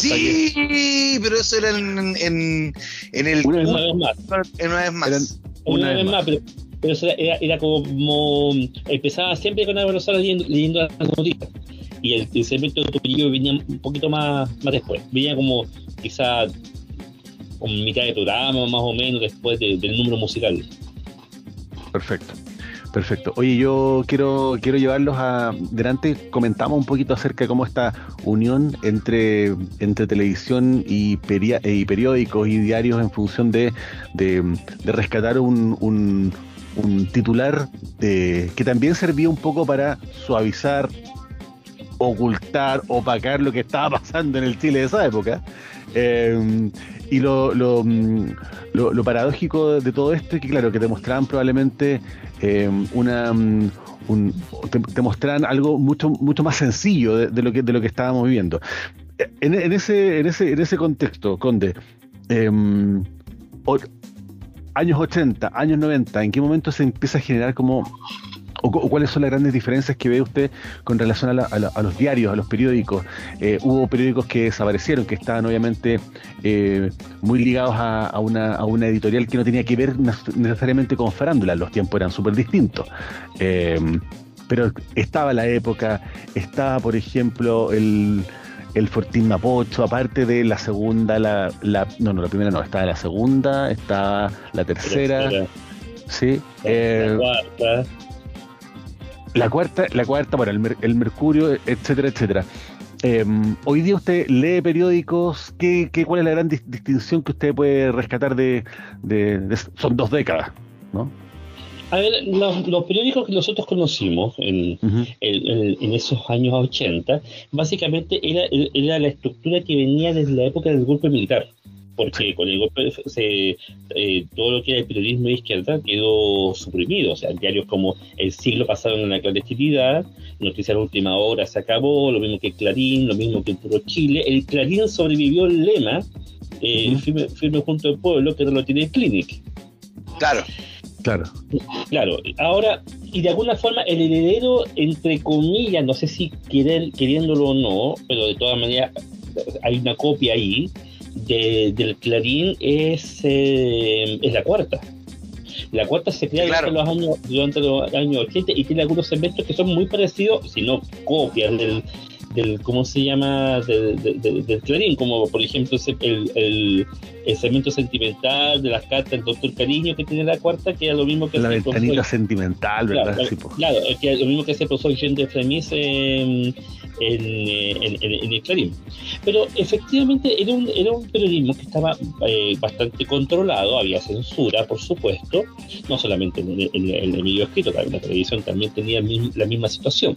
Sí, pero eso era en, en, en el... Una vez más. En una vez más. Eran, una, una vez más, más pero, pero eso era, era como... Empezaba siempre con Álvaro Salas leyendo, leyendo las noticias. Y el, el segmento de Topollillo venía un poquito más, más después. Venía como quizá con mitad de programa, más o menos, después de, del número musical. Perfecto. Perfecto. Oye, yo quiero quiero llevarlos a... Delante comentamos un poquito acerca de cómo esta unión entre, entre televisión y, peria, y periódicos y diarios en función de, de, de rescatar un, un, un titular de, que también servía un poco para suavizar, ocultar, opacar lo que estaba pasando en el Chile de esa época. Eh, y lo, lo, lo, lo paradójico de todo esto es que, claro, que demostraban probablemente eh, una un, te, te mostraban algo mucho mucho más sencillo de, de lo que de lo que estábamos viviendo. En, en ese en ese en ese contexto, Conde, eh, o, años ochenta, años noventa, ¿en qué momento se empieza a generar como O, o cuáles son las grandes diferencias que ve usted con relación a, la, a, la, a los diarios, a los periódicos? Eh, hubo periódicos que desaparecieron, que estaban obviamente eh, muy ligados a, a, una, a una editorial que no tenía que ver necesariamente con farándula, los tiempos eran súper distintos. Eh, pero estaba la época, estaba por ejemplo el, el Fortín Mapocho, aparte de la segunda, la, la no, no, la primera no, estaba la segunda, estaba la tercera, tercera. Sí, eh, la cuarta. La cuarta, la cuarta, bueno, el, Mer, el Mercurio, etcétera, etcétera. Eh, hoy día usted lee periódicos. ¿Qué, qué, ¿Cuál es la gran dis- distinción que usted puede rescatar de, de, de... Son dos décadas, ¿no? A ver, los, los periódicos que nosotros conocimos en, uh-huh. en, en, en esos años ochenta, básicamente era, era la estructura que venía desde la época del golpe militar. Porque con el golpe se, eh, todo lo que era el periodismo de izquierda quedó suprimido. O sea, diarios como El Siglo pasaron en la clandestinidad, Noticias de Última Hora se acabó, lo mismo que el Clarín, lo mismo que el Puro Chile. El Clarín sobrevivió el lema eh, uh-huh. firme, firme junto al pueblo, que era lo tiene el Clinic. Claro. Claro. Claro. Ahora, y de alguna forma el heredero, entre comillas, no sé si quieren, queriéndolo o no, pero de todas maneras hay una copia ahí, De, del Clarín es, eh, es la cuarta. La cuarta se crea claro. durante, los años, durante los años ochenta y tiene algunos segmentos que son muy parecidos, si no copias del, del ¿cómo se llama? Del, del, del Clarín, como por ejemplo el, el, el segmento sentimental de las cartas del Doctor Cariño que tiene la cuarta, que era lo mismo que la ventanita profesor, sentimental, ¿verdad? Claro, sí, claro, que lo mismo que hace el profesor Jean de Fremis en, en, en, en, en el Clarín. Pero efectivamente era un, era un periodismo que estaba eh, bastante controlado, había censura, por supuesto, no solamente en, en, en el medio escrito, la televisión también tenía la misma situación.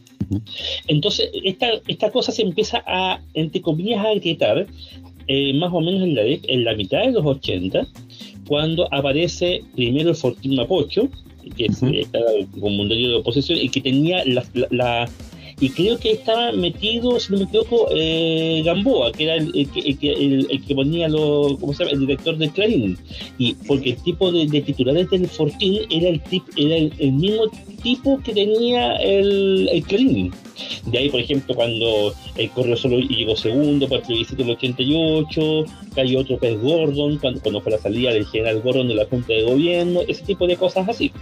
Entonces, esta, esta cosa se empieza a, entre comillas, a agrietar eh, más o menos en la, en la mitad de los ochenta, cuando aparece primero el Fortín Mapocho, que es uh-huh. eh, como un diario de oposición, y que tenía la, la, la y creo que estaba metido, si no me equivoco, eh, Gamboa, que era el, el, el, el, el que ponía lo, ¿cómo se llama? El director del Clarín. Y porque el tipo de, de titulares del Fortín era el tip, era el, el mismo tipo que tenía el, el Clarín. De ahí, por ejemplo, cuando el Correo solo llegó segundo para el plebiscito del ochenta y ocho, cayó otro pez Gordon, cuando, cuando fue la salida del general Gordon de la Junta de Gobierno, ese tipo de cosas así.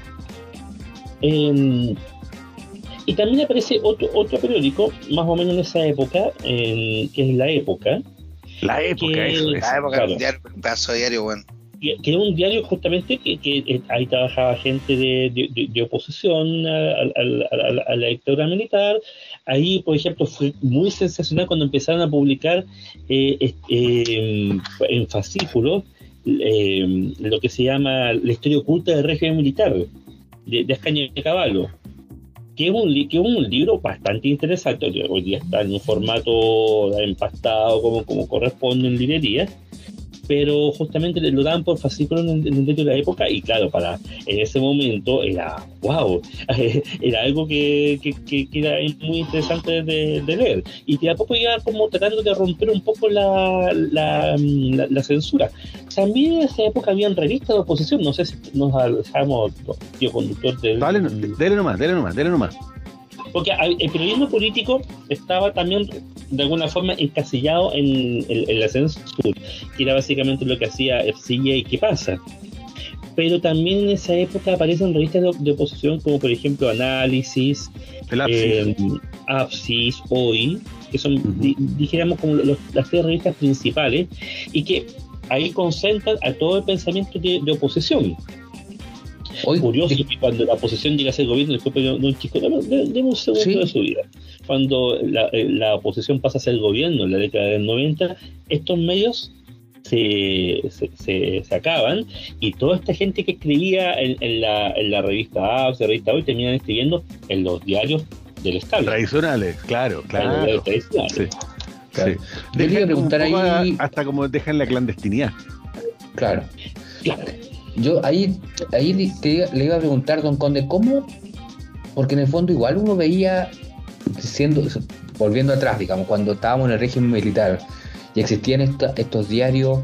Eh, Y también aparece otro otro periódico, más o menos en esa época, eh, que es La Época. La Época, que, eso es. La Época, claro. Un, diario, un pedazo de diario, bueno. Que, que era un diario justamente que, que ahí trabajaba gente de, de, de oposición a, a, a, a la dictadura militar. Ahí, por ejemplo, fue muy sensacional cuando empezaron a publicar eh, eh, en fascículos eh, lo que se llama La historia oculta del régimen militar, de, de Ascaña de Caballo. Que es, un, que es un libro bastante interesante. Hoy día está en un formato empastado como, como corresponde en librerías, pero justamente lo daban por fascículo en el, en el diario de la época, y claro, para en ese momento era wow, era algo que, que, que, que era muy interesante de, de leer, y que a poco iba como tratando de romper un poco la, la, la, la censura. También en esa época habían revistas de oposición, no sé si nos alejamos, tío conductor del... Dale, dale nomás, dale nomás, dale nomás. porque el periodismo político estaba también de alguna forma encasillado en, en, en la censura, que era básicamente lo que hacía Ercilla y ¿Qué pasa? Pero también en esa época aparecen revistas de, de oposición como por ejemplo Análisis, eh, Apsis, Hoy, que son, uh-huh. di, dijéramos, como los, las tres revistas principales, y que ahí concentran a todo el pensamiento de, de oposición. Hoy, curioso de... que cuando la oposición llega a ser gobierno, disculpe, de un chico, dame, dame un segundo ¿sí? de su vida. Cuando la, la oposición pasa a ser gobierno en la década del noventa, estos medios se, se, se, se acaban, y toda esta gente que escribía en, en, la, en la revista A, la revista Hoy, terminan escribiendo en los diarios del Estado. Tradicionales, claro, claro. claro. Tradicionales. Sí. Claro. Sí. Yo le iba a preguntar ahí... Hasta como dejan la clandestinidad. Claro. Claro. Yo ahí, ahí le, te, le iba a preguntar, don Conde, ¿cómo? Porque en el fondo igual uno veía, siendo, volviendo atrás, digamos, cuando estábamos en el régimen militar y existían esta, estos diarios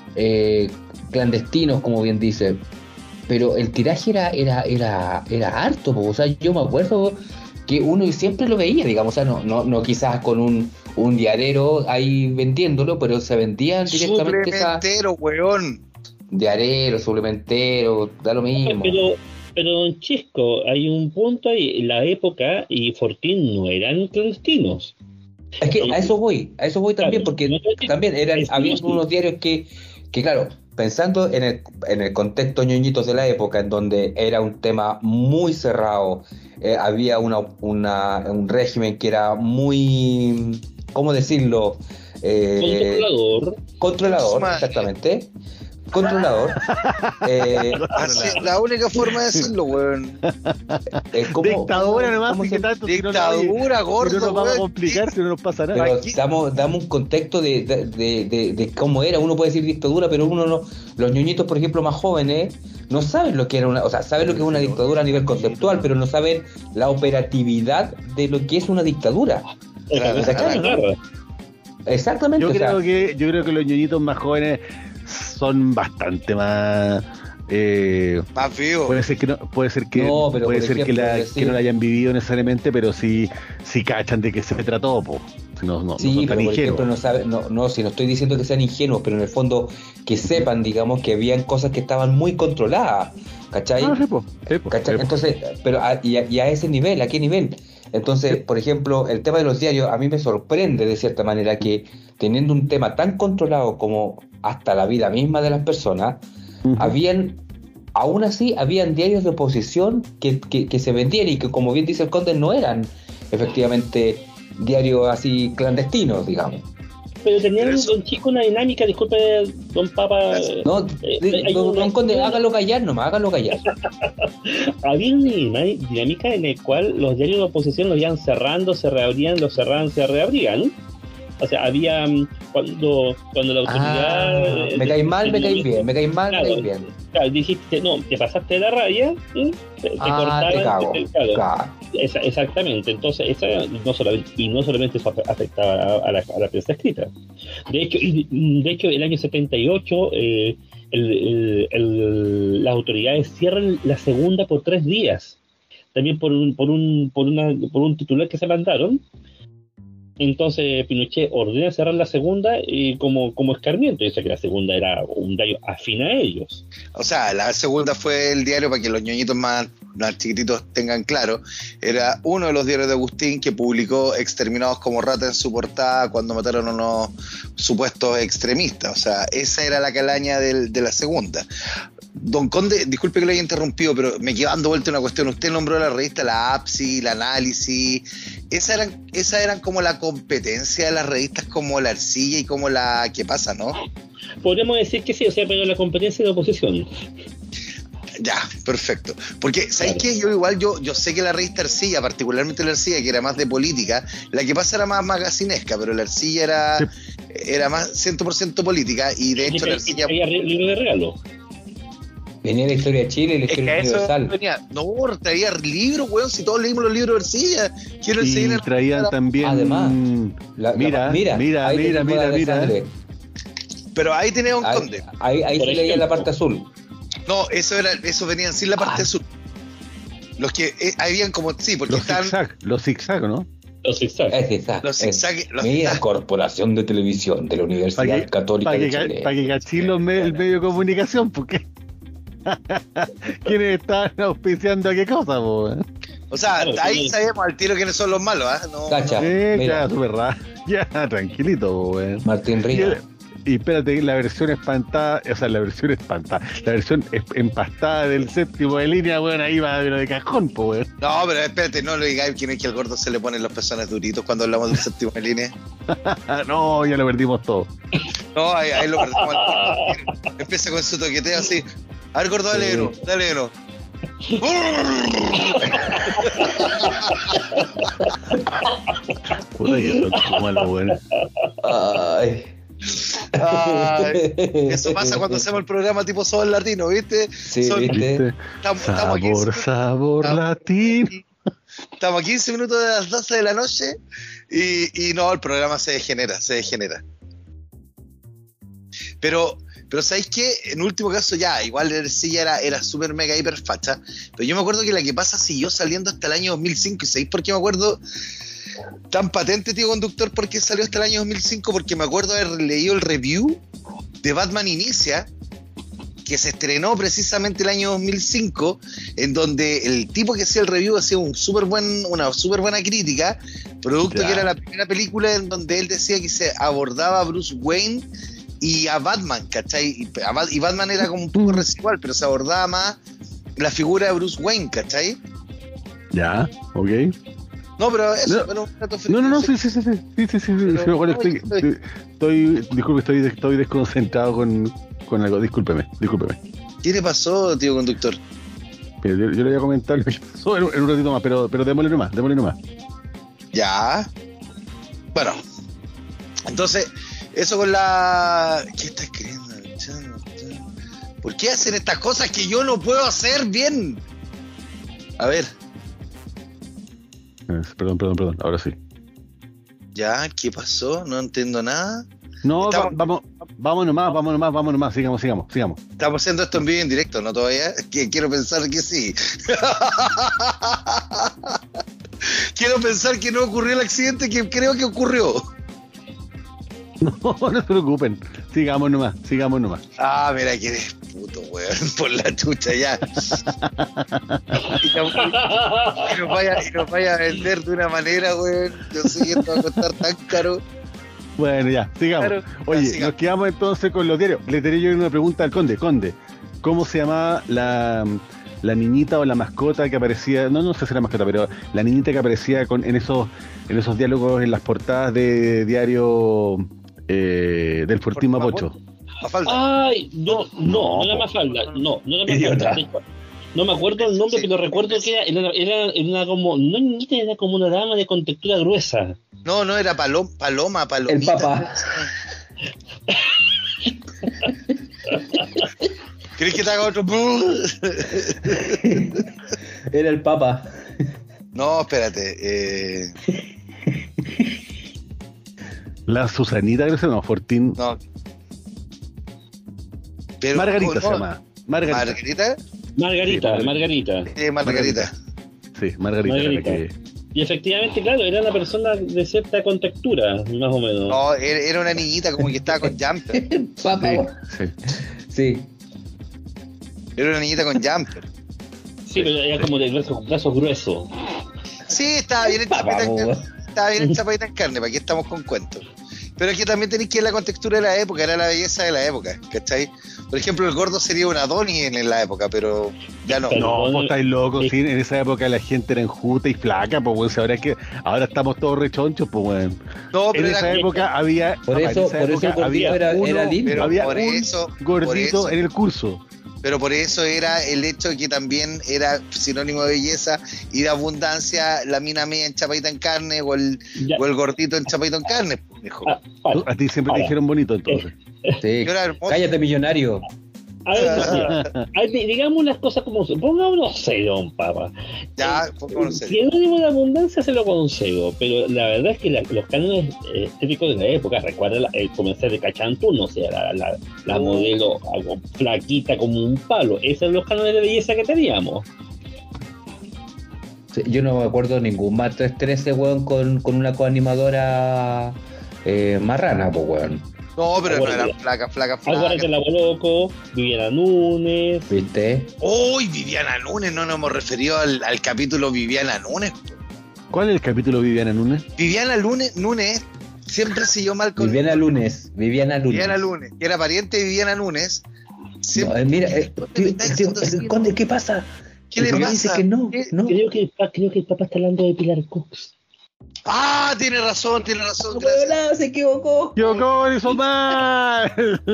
eh, clandestinos, como bien dice, pero el tiraje era era era era harto, o sea, yo me acuerdo que uno siempre lo veía, digamos, o sea, no no no quizás con un un diarero ahí vendiéndolo, pero se vendían directamente suplementero, esa... weón. Diarero, suplementero, da lo mismo. Pero, pero don Chisco, hay un punto ahí, la época y Fortín no eran clandestinos. Es que a eso voy, a eso voy también, porque no, también eran, había unos diarios que, que claro, pensando en el, en el contexto ñoñitos de la época, en donde era un tema muy cerrado, eh, había una, una, un régimen que era muy, ¿cómo decirlo? Eh, controlador. Controlador, exactamente. Controlador. eh, Así, la única forma de decirlo, weón. Eh, dictadura nomás, ¿cómo se... tanto, dictadura, si no, gordo. Si no nos vamos a complicar, si no nos pasa nada. Pero damos, damos un contexto de, de, de, de, de cómo era. Uno puede decir dictadura, pero uno no. Los ñoñitos, por ejemplo, más jóvenes, no saben lo que era una. O sea, saben lo que es una dictadura a nivel conceptual, pero no saben la operatividad de lo que es una dictadura. Claro, claro, claro. Exactamente. Yo creo, o sea, que, yo creo que los ñoñitos más jóvenes son bastante más eh, más vivos. Puede ser que no, puede ser que no, pero puede ser ejemplo, que, la, decir... que no la hayan vivido necesariamente, pero sí, sí cachan de que se trató, po. No, no, sí, no son pero tan por ejemplo, no sabe, no, no, si no estoy diciendo que sean ingenuos, pero en el fondo que sepan, digamos, que habían cosas que estaban muy controladas, ¿cachai? Ah, sí, po, sí, po, ¿cachai? sí, po. Entonces, pero a, y, a, y a ese nivel, ¿a qué nivel? Entonces, sí. Por ejemplo, el tema de los diarios a mí me sorprende de cierta manera que teniendo un tema tan controlado como hasta la vida misma de las personas, uh-huh. habían, aún así, habían diarios de oposición que, que, que se vendían y que, como bien dice el Conde, no eran efectivamente diarios así clandestinos, digamos. Pero tenían, don Chico, una dinámica, disculpe, don Papa. No, eh, don, don Conde, una... hágalo callar nomás, hágalo callar. Había una dinámica en la cual los diarios de oposición los iban cerrando, se reabrían, los cerraban, se reabrían. O sea, había cuando cuando la autoridad... Ah, me caes mal, me caes bien, me caes mal, claro, me caes bien. Claro, dijiste, no, te pasaste de la raya, ¿sí? te, te ah, cortaban... te cago, te, claro, claro. Esa, exactamente, entonces, esa no solamente, y no solamente eso afectaba a, a, la, a la prensa escrita. De hecho, y, de hecho el año setenta y ocho, eh, el, el, el, las autoridades cierran la segunda por tres días. También por un, por un, por una, por un titular que se mandaron. Entonces Pinochet ordena cerrar la segunda y como, como escarmiento, dice que la segunda era un diario afín a ellos. O sea, la segunda fue el diario, para que los ñoñitos más, más chiquititos tengan claro, era uno de los diarios de Agustín que publicó Exterminados como ratas en su portada cuando mataron a unos supuestos extremistas. O sea, esa era la calaña del, de la segunda. Don Conde, disculpe que lo haya interrumpido, pero me quedo dando vuelta una cuestión. Usted nombró la revista, la Apsis, la Análisis. Esas eran, esas eran como la competencia de las revistas como la Ercilla y como la ¿Qué pasa?, ¿no? Podríamos decir que sí, o sea, pero la competencia de la oposición. Ya, perfecto. Porque, ¿sabes claro. qué? Yo igual, yo, yo sé que la revista Ercilla, particularmente la Ercilla, que era más de política, la Que pasa era más magacinesca, pero la Ercilla era, sí. era más cien por ciento política, y de hecho la Ercilla... ¿Había libro de regalo? Venía la historia de Chile y la historia es universal. Venía, no, traía libros, weón, si todos leímos los libros de Ercilla. Quiero y enseñar traían la... también... Además, la, mira, la, mira, mira, mira, mira, mira. Pero ahí tenía un ahí, Conde. Ahí, ahí se leía la parte azul. No, eso era, eso venían sin la parte ah. azul. Los que eh, habían como, sí, porque Los están... zigzag, los zigzag, ¿no? Los zigzag. Es zigzag. Los es zigzag- los Mira, zigzag. Corporación de Televisión de la Universidad Para que, Católica pa de que, ca- Chile. pa que cachín los me- el medio de comunicación, porque ¿quiénes estaban auspiciando a qué cosa, po, weón? O sea, Claro, ahí sí. sabemos al tiro quiénes son los malos, ¿ah? No, Cacha. no. Eh, mira. claro, súper raro. Ya, tranquilito, po, weón. Martín Y, Ríos. y espérate, la versión espantada, o sea, la versión espantada, la versión es- empastada del séptimo de línea, weón, ahí va, pero de cajón, po, weón. No, pero espérate, no lo digáis quién es que al gordo se le ponen los pezones duritos cuando hablamos del séptimo de línea. Ah, no, ya lo perdimos todo. No, ahí, ahí lo perdemos al gordo. Empieza con su toqueteo así. A ver, gordo, dale Sí. uno, dale uno. Puta que son como malo, weón. Ay. Ay, eso pasa cuando hacemos el programa tipo Sol Latino, ¿viste? Sí, Son- ¿viste? ¿Viste? Estamos, estamos a quince Sabor, sabor estamos- latino. Estamos a quince minutos de las doce de la noche y, y no, el programa se degenera, se degenera. Pero, pero ¿sabéis qué? En último caso ya, igual el silla era, era súper mega hiper facha, pero yo me acuerdo que la que pasa siguió saliendo hasta el año dos mil cinco, y ¿sabéis por qué me acuerdo tan patente, tío conductor, por qué salió hasta el año dos mil cinco? Porque me acuerdo haber leído el review de Batman Inicia, que se estrenó precisamente el año dos mil cinco, en donde el tipo que hacía el review hacía un super buen, una súper buena crítica, producto Ya. que era la primera película en donde él decía que se abordaba a Bruce Wayne y a Batman, ¿cachai? Y, a Bat- y Batman era como un poco residual, pero se abordaba más la figura de Bruce Wayne, ¿cachai? Ya, ok. No, pero eso, No. pero un plato No, no, no, frito, sí, sí, sí, sí, sí, sí, sí, sí, Pero- sí, bueno, no, estoy, estoy- estoy, estoy- disculpe, estoy, estoy desconcentrado con, con algo, discúlpeme, discúlpeme. ¿Qué le pasó, tío conductor? Pero yo, yo le voy a comentar lo que pasó en, un- en un ratito más, pero, pero démosle nomás, démosle nomás. Ya. Bueno. Entonces, eso con la... ¿Qué está escribiendo? ¿Por qué hacen estas cosas que yo no puedo hacer bien? A ver. Eh, Perdón, perdón, perdón, ahora sí. Ya, ¿qué pasó? No entiendo nada. No, Estamos- va- vamos, vamos nomás, vamos nomás, vamos nomás, sigamos, sigamos, sigamos. Estamos haciendo esto en vivo y en directo, ¿no todavía? Que quiero pensar que sí. Quiero pensar que no ocurrió el accidente que creo que ocurrió. No, no se preocupen, sigamos nomás, sigamos nomás. Ah, mira que eres puto, weón, por la chucha ya. Y, nos- y nos vaya, y nos vaya a vender de una manera, weón. Yo sé que esto va a costar tan caro. Bueno, ya, sigamos. Claro, Oye, ya, sigamos. nos quedamos entonces con los diarios. Le tenía yo una pregunta al conde. Conde, ¿cómo se llamaba la, la niñita o la mascota que aparecía? No, no sé si era mascota, pero la niñita que aparecía con, en esos en esos diálogos en las portadas de diario eh, del Fortín Mapocho. A falta. Ay, no, no, No, no era po. Mafalda, no, no era Idiota. Mafalda. No me acuerdo el nombre, Sí. pero recuerdo que era, era, era, era una como, no niñita, era como una dama de contextura gruesa. No, no, era palom, paloma, El palomita. papá. ¿Querés que te haga otro? Era el papa. No, espérate. Eh, La Susanita, creo que se llama, Fortín. no. Pero, Margarita no, se llama. Margarita. ¿Margarita? Margarita, Sí, Margarita. Eh, Margarita. Sí, Margarita. era la Margarita. que- Y efectivamente, claro, era una persona de cierta contextura, más o menos. No, era era una niñita como que estaba con jumper. El papa. Sí, sí. Sí. Era una niñita con jumper. Sí, pero era como de brazos, brazos gruesos. Sí, estaba bien Papá, enchapadita en po. carne. Estaba bien enchapadita en carne, ¿para qué estamos con cuentos? Pero aquí también tenéis que ver la contextura de la época, era la belleza de la época, ¿cachai? Por ejemplo, el gordo sería un Adonis en, en la época, pero ya no. Pero- No, pues estáis locos, Sí. sí, en esa época la gente era enjuta y flaca, pues weón, ahora es que ahora estamos todos rechonchos, pues weón. No, En pero esa era, época había, Por papá, eso- en esa por eso época el gordito había era- uno- era lindo. pero había por un eso, por gordito eso, en el curso. pero por eso era el hecho de que también era sinónimo de belleza y de abundancia la mina media enchapadita en carne o el, Ya. o el gordito enchapadito en carne, hijo. Ah, para. A ti siempre te Ahora. dijeron bonito entonces. Sí. Yo era hermoso. Cállate, millonario. A ver, mira, a ver, di- digamos las cosas como son. Pongámonos serio, papá. Ya, Eh, pongámonos serio. sinónimo de abundancia se lo concedo, pero la verdad es que la- los cánones eh, estéticos de la época, recuerda la- el comercial de Cachantún, o sea, la, la, la Oh. modelo algo flaquita como un palo, esos son los cánones de belleza que teníamos. Sí, yo no me acuerdo de ningún Master trece, weón, con, con una coanimadora eh, marrana, pues, weón. No, pero no Acuérdate. eran flacas, flacas, flacas. Acuérdate la Boloco, Viviana Núñez. ¿Viste? Uy, Viviana Núñez, no nos hemos referido al, al capítulo Viviana Núñez. ¿Cuál es el capítulo Viviana Núñez? Viviana Núñez, Núñez siempre siguió mal con Viviana Lunes, Viviana Lunes. Viviana Núñez, que era pariente de Viviana Núñez. No, Siempre- eh, mira, eh, ¿Dónde tío, me está tío, diciendo eh, así? Conde, ¿qué pasa? ¿Qué le ¿Por qué pasa? dice que no? ¿Qué? no? Creo que, el pa- creo que el papá está hablando de Pilar Cox. Ah, tiene razón, tiene razón. Gracias. Huevonao, se equivocó. ¡Yo lo hizo mal!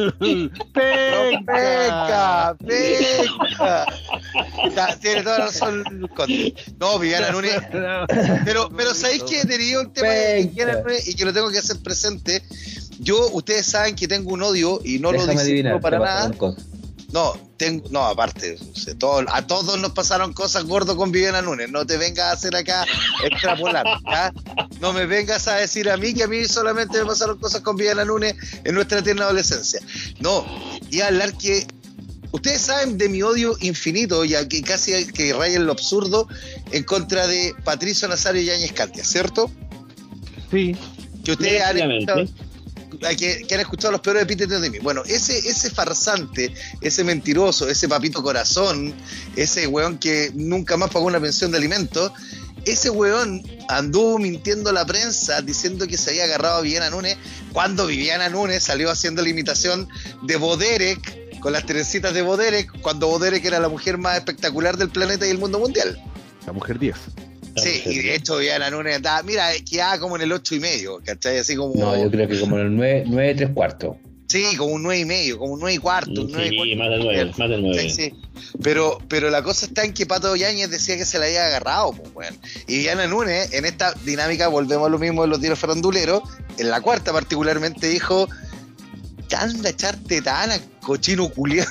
Peca, peca. Ya, tiene toda la razón, Conde. No, Viviana Núñez. Pero, pero ¿sabéis que tenía un tema de Penca. Viviana Núñez y que lo tengo que hacer presente? Yo, ustedes saben que tengo un odio y no Déjame lo adivinar, disimulo para te nada. pasaron cosas. No, tengo, no, aparte, o sea, todo- a todos nos pasaron cosas gordo con Viviana Núñez. No te vengas a hacer acá extrapolar, ¿ya? No me vengas a decir a mí que a mí solamente me pasaron cosas con Viviana Núñez en nuestra tierna adolescencia. No, iba a hablar que ustedes saben de mi odio infinito, ya que casi que raya en lo absurdo, en contra de Patricio Nazario y Yáñez Cantia, ¿cierto? Sí. Que ustedes han Efectivamente. escuchado, que, que han escuchado los peores epítetos de mí. Bueno, ese, ese farsante, ese mentiroso, ese papito corazón, ese weón que nunca más pagó una pensión de alimentos, ese weón anduvo mintiendo a la prensa diciendo que se había agarrado a Viviana Núñez cuando Viviana Núñez salió haciendo la imitación de Boderek con las trencitas de Boderek, cuando Boderek era la mujer más espectacular del planeta y el mundo mundial. La mujer diez. Sí, y de hecho Viviana Núñez estaba, mira, quedaba como en el ocho y medio, ¿cachai? Así como... No, yo creo que como en el nueve, nueve tres cuartos. Sí, como un nueve y medio, como un nueve y cuarto. un nueve y Sí, cuarto. más del nueve, más del nueve. Sí, sí. Pero, pero la cosa está en que Pato Yáñez decía que se la había agarrado, pues, weón. Y Viviana Núñez, en esta dinámica, volvemos a lo mismo de los tiros faranduleros, en la cuarta particularmente dijo, anda a echarte tana, cochino culiado.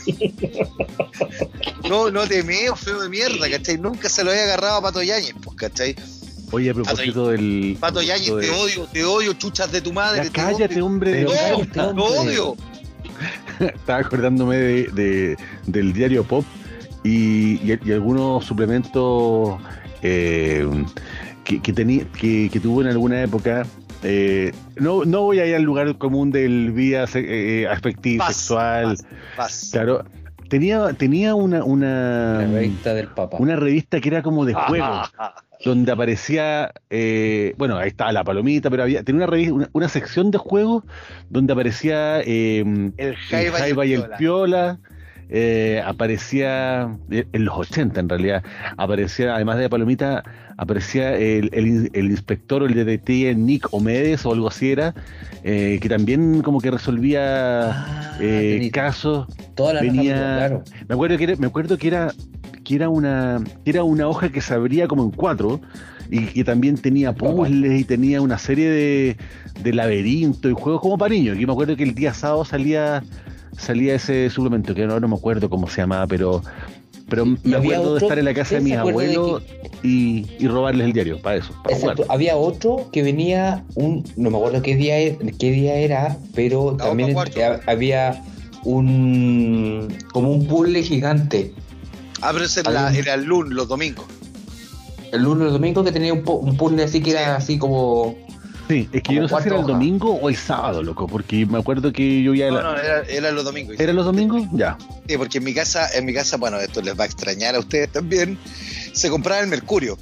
No, no te meo, feo de mierda, ¿cachai? Nunca se lo había agarrado a Pato Yáñez, pues, ¿cachai? Oye, a propósito del. Pato Yáñez, propósito te de- odio, te odio, chuchas de tu madre. Ya te cállate, odio. hombre. Pero No, cállate, te hombre. odio. Estaba acordándome de, de- del diario Pop y, y- y algunos suplementos eh, que, que, tení- que, que tuvo en alguna época. Eh, no, no voy a ir al lugar común del vía se- eh, afectivo, Vas, sexual. vas, vas. Claro, tenía, tenía una, una, La revista del Papa. una revista que era como de juego, Ah, donde aparecía, eh, bueno, ahí estaba la palomita, pero había, tenía una revista, una, una sección de juegos donde aparecía eh, El el Jaiba Jaiba y el Piola. Piola, eh, aparecía, eh, en los ochenta en realidad, aparecía, además de la palomita, aparecía el, el, in- el inspector o el detective Nick Omedes o algo así era, eh, que también como que resolvía Ah, eh, tenés casos. toda la venía- razón, claro. Me acuerdo que era, me acuerdo que era, que era una, que era una hoja que se abría como en cuatro y que también tenía puzzles y tenía una serie de, de laberintos y juegos como para niños. Y me acuerdo que el día sábado salía, salía ese suplemento, que no, no me acuerdo cómo se llamaba, pero, pero Sí, y me había acuerdo de otro- estar en la casa de ¿usted mis se acuerda de abuelos y, y robarles el diario, para eso, para jugar. Exacto, había otro que venía un, no me acuerdo qué día era, qué día era, pero No, también pa' cuatro. ha- había un como un puzzle gigante. Ah, pero ese era, la- Había- era el lunes, los domingos. El lunes o el domingo que tenía un, pu- un puzzle así que era así como Sí, es que yo no sé como si era el cuatro domingo o el sábado, loco, porque me acuerdo que yo ya... No, la- no, era, era los domingos. ¿Eran los domingos? Ya. Sí, porque en mi casa, en mi casa, bueno, esto les va a extrañar a ustedes también, se compraba el Mercurio.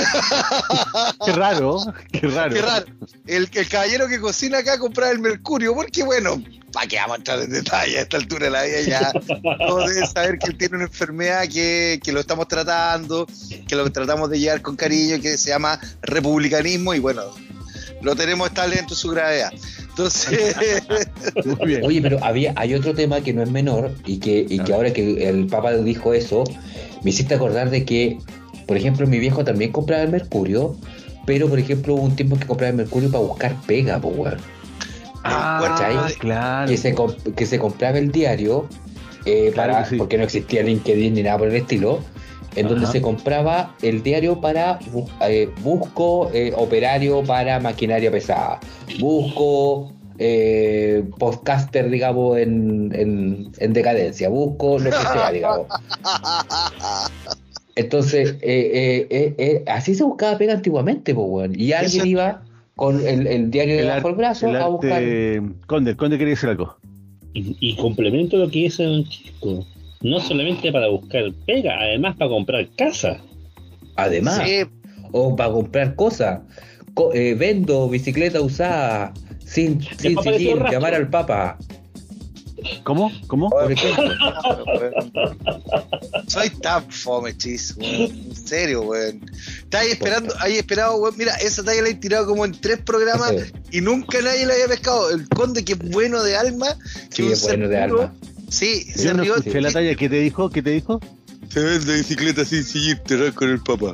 Qué raro, qué raro. Qué raro. El, el caballero que cocina acá compraba el Mercurio, porque bueno, ¿para qué vamos a entrar en detalle a esta altura de la vida? Ya todos deben saber que él tiene una enfermedad que, que lo estamos tratando, que lo tratamos de llevar con cariño, que se llama republicanismo, y bueno, lo tenemos estable dentro de su gravedad. Entonces, Muy bien. Oye, pero había, hay otro tema que no es menor y que, y que ahora que el Papa dijo eso, me hiciste acordar de que, por ejemplo, mi viejo también compraba el Mercurio, pero por ejemplo hubo un tiempo que compraba el Mercurio para buscar pega, po, weón. Ah, ¿cachai? claro. Que se, comp- que se compraba el diario, eh, Claro para, que sí. porque no existía LinkedIn ni nada por el estilo, en donde Ajá. se compraba el diario para bu- eh, busco eh, operario para maquinaria pesada, busco eh, podcaster, digamos, en, en, en decadencia, busco lo que sea, digamos. Entonces, eh, eh, eh, eh, así se buscaba pega antiguamente, pues, weón. Y alguien Eso- iba con el, el diario El, debajo ar- del brazo el a buscar. arte. Conde, Conde quería decir algo. Y, y complemento lo que dice Don Chico. No solamente para buscar pega, además para comprar casa. Además, Sí, o para comprar cosas. Co- eh, vendo bicicleta usada sin, sin Papa le dio seguir, rastro. llamar al Papa, ¿Cómo? ¿Cómo? por ejemplo. soy tan fome, chis, weón. En serio, weón. Estás ahí esperando, ahí esperado, weón. Mira, esa talla la he tirado como en tres programas y nunca nadie la había pescado. El Conde, que es bueno de alma. Que Sí, un es bueno ser de puro. alma. Sí, Yo se no rió. escuché la talla. ¿Qué te dijo? ¿Qué te dijo? Se vende bicicleta sin seguir, te con el papá.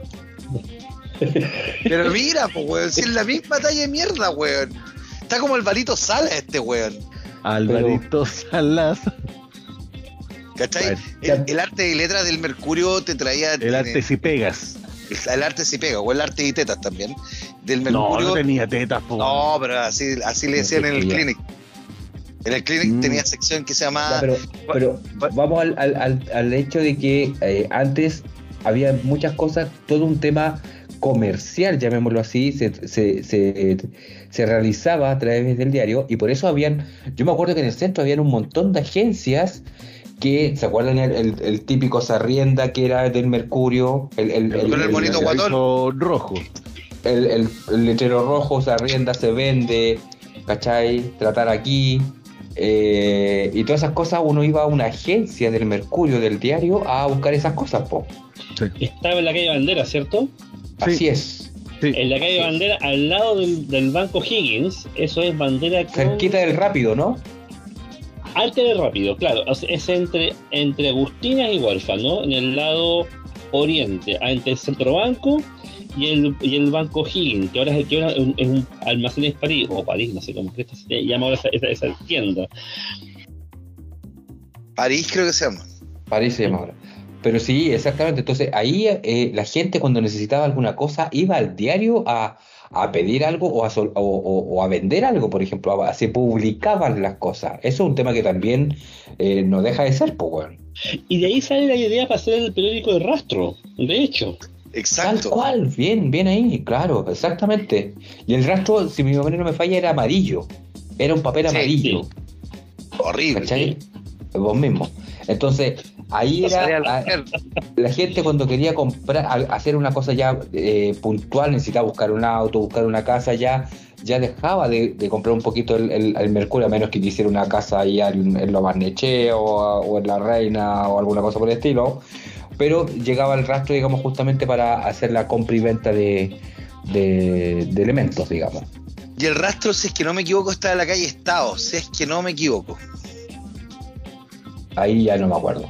Pero mira, pues, weón, si es la misma talla de mierda, weón. Está como el Barito Sala este, weón. Alvarito Salas. ¿Cachai? Bueno. El, el arte y letras del Mercurio te traía. El arte si pegas. El, el arte sí pega, o el arte y tetas también. Del No, Mercurio. no tenía tetas, po. No, pero así, así le decían en el Ya. clinic. En el clinic Mm. tenía sección que se Ya, llamaba. pero, pero vamos al, al, al, al hecho de que eh, antes había muchas cosas, todo un tema comercial, llamémoslo así, se, se, se, se realizaba a través del diario, y por eso habían, yo me acuerdo que en el centro habían un montón de agencias que, ¿se acuerdan el, el, el típico Sarrienda que era del Mercurio? El, el, el, Con el monito guatón. Alvarito rojo. el, el, el letrero rojo, Sarrienda se vende, ¿cachai? Tratar aquí. Eh, y todas esas cosas, uno iba a una agencia del Mercurio, del diario, a buscar esas cosas, po. Estaba en la calle Bandera, ¿cierto? Sí. Así es. Sí. En la calle Bandera, al lado del, del banco Higgins. Eso es Bandera con... Cerquita del Rápido, ¿no? Arte de Rápido, claro. O sea, es entre, entre Agustinas y Huérfano, en el lado oriente, entre el Centro Banco y el, y el banco Higgins, que ahora es, que ahora es un, es un Almacenes París, o París, no sé cómo que se llama ahora esa, esa, esa tienda. París, creo que se llama. París se llama ahora. Pero sí, exactamente. Entonces ahí eh, la gente cuando necesitaba alguna cosa iba al diario a, a pedir algo o a, sol- o, o- o a vender algo, por ejemplo. A- se publicaban las cosas. Eso es un tema que también eh, no deja de ser, pues, bueno. Y de ahí sale la idea para hacer el periódico de rastro, de hecho. Tal Exacto. cual, bien, bien ahí, claro, exactamente. Y el rastro, si mi memoria no me falla, era amarillo. Era un papel Sí, amarillo. sí. Horrible. ¿Cachai? Vos mismo. Entonces, ahí No salía era la a- mujer. la gente cuando quería comprar, a- hacer una cosa ya eh, puntual, necesitaba buscar un auto, buscar una casa, ya ya dejaba de, de comprar un poquito el, el, el Mercurio, a menos que quisiera una casa ahí en, en Lo Barnechea o, o en La Reina o alguna cosa por el estilo. Pero llegaba el rastro, digamos, justamente para hacer la compra y venta de, de, de elementos, digamos. Y el rastro, si es que no me equivoco, está en la calle Estado. Si es que no me equivoco. Ahí ya no me acuerdo.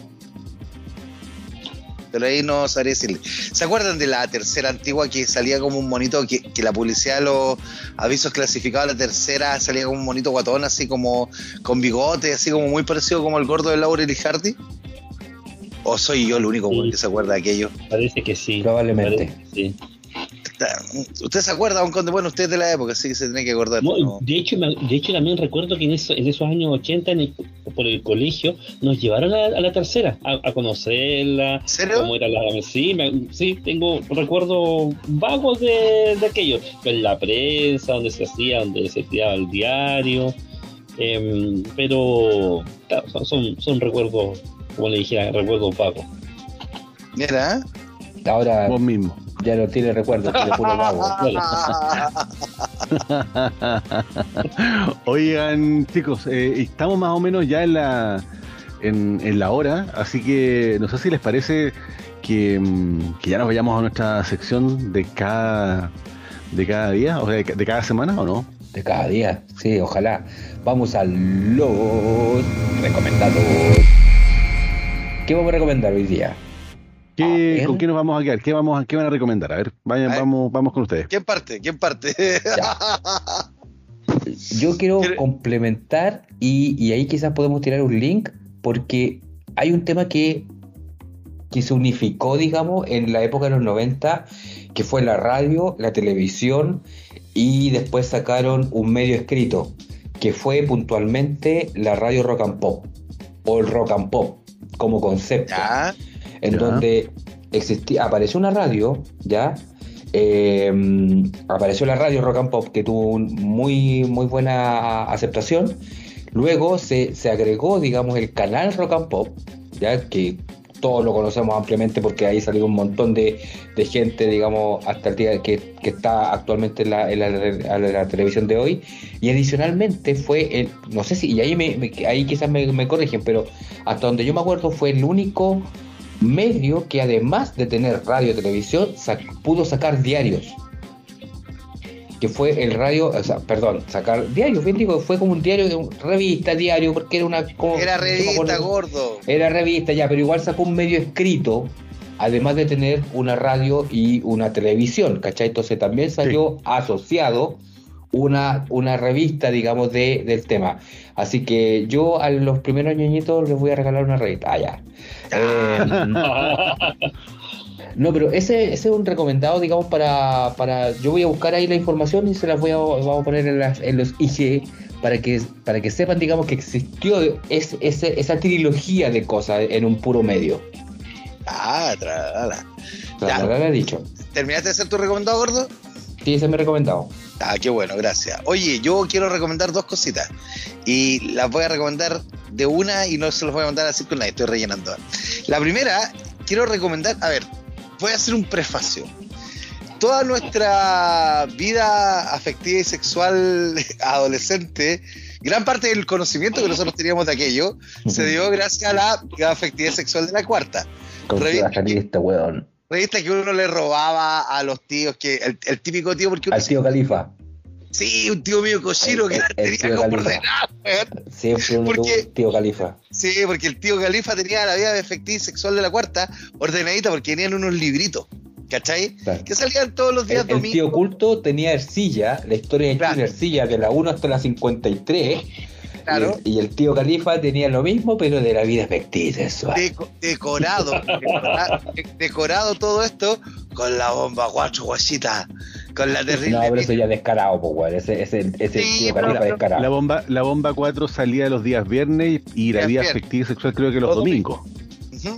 Pero ahí no sabría decirle. ¿Se acuerdan de la tercera antigua que salía como un monito, que, que la publicidad de los avisos clasificados a la tercera salía como un monito guatón, así como con bigote, así como muy parecido como el gordo de Laurel y Hardy? ¿O soy yo el único Sí. güey, que se acuerda de aquello? Parece que sí. Probablemente. Parece que sí. ¿Usted se acuerda, don Conde? Bueno, usted es de la época, así que se tiene que acordar. No, ¿no? de, hecho, me- de hecho, también recuerdo que en, eso- en esos años ochenta, en el- por el colegio, nos llevaron a, a la tercera, a, a conocerla, ¿En serio? cómo era la... Sí, me- sí, tengo recuerdos vagos de, de aquello, en la prensa, donde se hacía, donde se tiraba el diario, em, pero claro, son, son, son recuerdos, como le dijera, recuerdos vagos. Mira, ¿eh? Ahora Vos mismo. ya no tiene recuerdo, tiene puro vago. Oigan, chicos, eh, estamos más o menos ya en la en, en la hora, así que no sé si les parece que, mm, que ya nos vayamos a nuestra sección de cada de cada día, o sea, de, ca- de cada semana, ¿o no? De cada día, sí, ojalá. Vamos a los recomendados. ¿Qué vamos a recomendar hoy día? ¿Qué, A ver. ¿Con qué nos vamos a quedar? ¿Qué, vamos a, qué van a recomendar? A ver, vayan, A ver. vamos, vamos con ustedes. ¿quién parte? ¿Quién parte? Yo quiero ¿Quiere- complementar y, y ahí quizás podemos tirar un link porque hay un tema que, que se unificó, digamos, en la época de los noventa, que fue la radio, la televisión y después sacaron un medio escrito, que fue puntualmente la radio rock and pop o el rock and pop como concepto. Ya, en Ya. donde existía, apareció una radio, ¿ya? Eh, apareció la radio Rock and Pop, que tuvo un muy, muy buena aceptación. Luego se, se agregó, digamos, el canal Rock and Pop, ¿ya? Que todos lo conocemos ampliamente porque ahí salió un montón de, de gente, digamos, hasta el día que, que está actualmente en la, en, la, en la televisión de hoy. Y adicionalmente fue el, no sé si, y ahí, me, me, ahí quizás me, me corrigen, pero hasta donde yo me acuerdo fue el único medio que además de tener radio y televisión sac, pudo sacar diarios, que fue el radio, o sea, perdón, sacar diarios, bien digo, fue como un diario, revista, diario, porque era una... Como, era revista, gordo. Era revista, ya, pero igual sacó un medio escrito, además de tener una radio y una televisión, ¿cachai? Entonces también salió sí. asociado una, una revista, digamos, de, del tema. Así que yo a los primeros ñoñitos les voy a regalar una revista. Ah, ya. Eh, no, pero ese, ese es un recomendado, digamos, para, para... Yo voy a buscar ahí la información y se las voy a, vamos a poner en, las, en los I G para que, para que sepan, digamos, que existió es, ese, esa trilogía de cosas en un puro medio. Ah, tralala. Tralala, he dicho. ¿Terminaste de hacer tu recomendado, gordo? Sí, ese es mi recomendado. Ah, qué bueno, gracias. Oye, yo quiero recomendar dos cositas y las voy a recomendar de una y no se las voy a mandar así con nadie, estoy rellenando. La primera, quiero recomendar, a ver, voy a hacer un prefacio. Toda nuestra vida afectiva y sexual adolescente, gran parte del conocimiento que nosotros teníamos de aquello, uh-huh. se dio gracias a la afectividad sexual de la Cuarta. Revista, revista, weón. Revista que uno le robaba a los tíos, que el, el típico tío, porque uno al tío se... Califa. Sí, un tío mío cochino que el, el tenía como ordenado, weón. Siempre un porque, tío Califa. Sí, porque el tío Califa tenía la vida afectiva y sexual de la Cuarta ordenadita porque tenían unos libritos, ¿cachai? Claro. Que salían todos los días el, domingos. El tío Culto tenía Ercilla, la historia de claro. Ercilla, de la uno hasta la cincuenta y tres. Claro. Y, el, y el tío Califa tenía lo mismo, pero de la vida afectiva y sexual. Deco, decorado, decorado, decorado todo esto con la bomba cuatro, guachita. Con la terrible. No, pero eso ya descarado, pues, güey. Ese es el ese sí, tío Califa la, descarado. La bomba, la bomba cuatro salía los días viernes y la vida afectiva y sexual creo que los domingos. Uh-huh.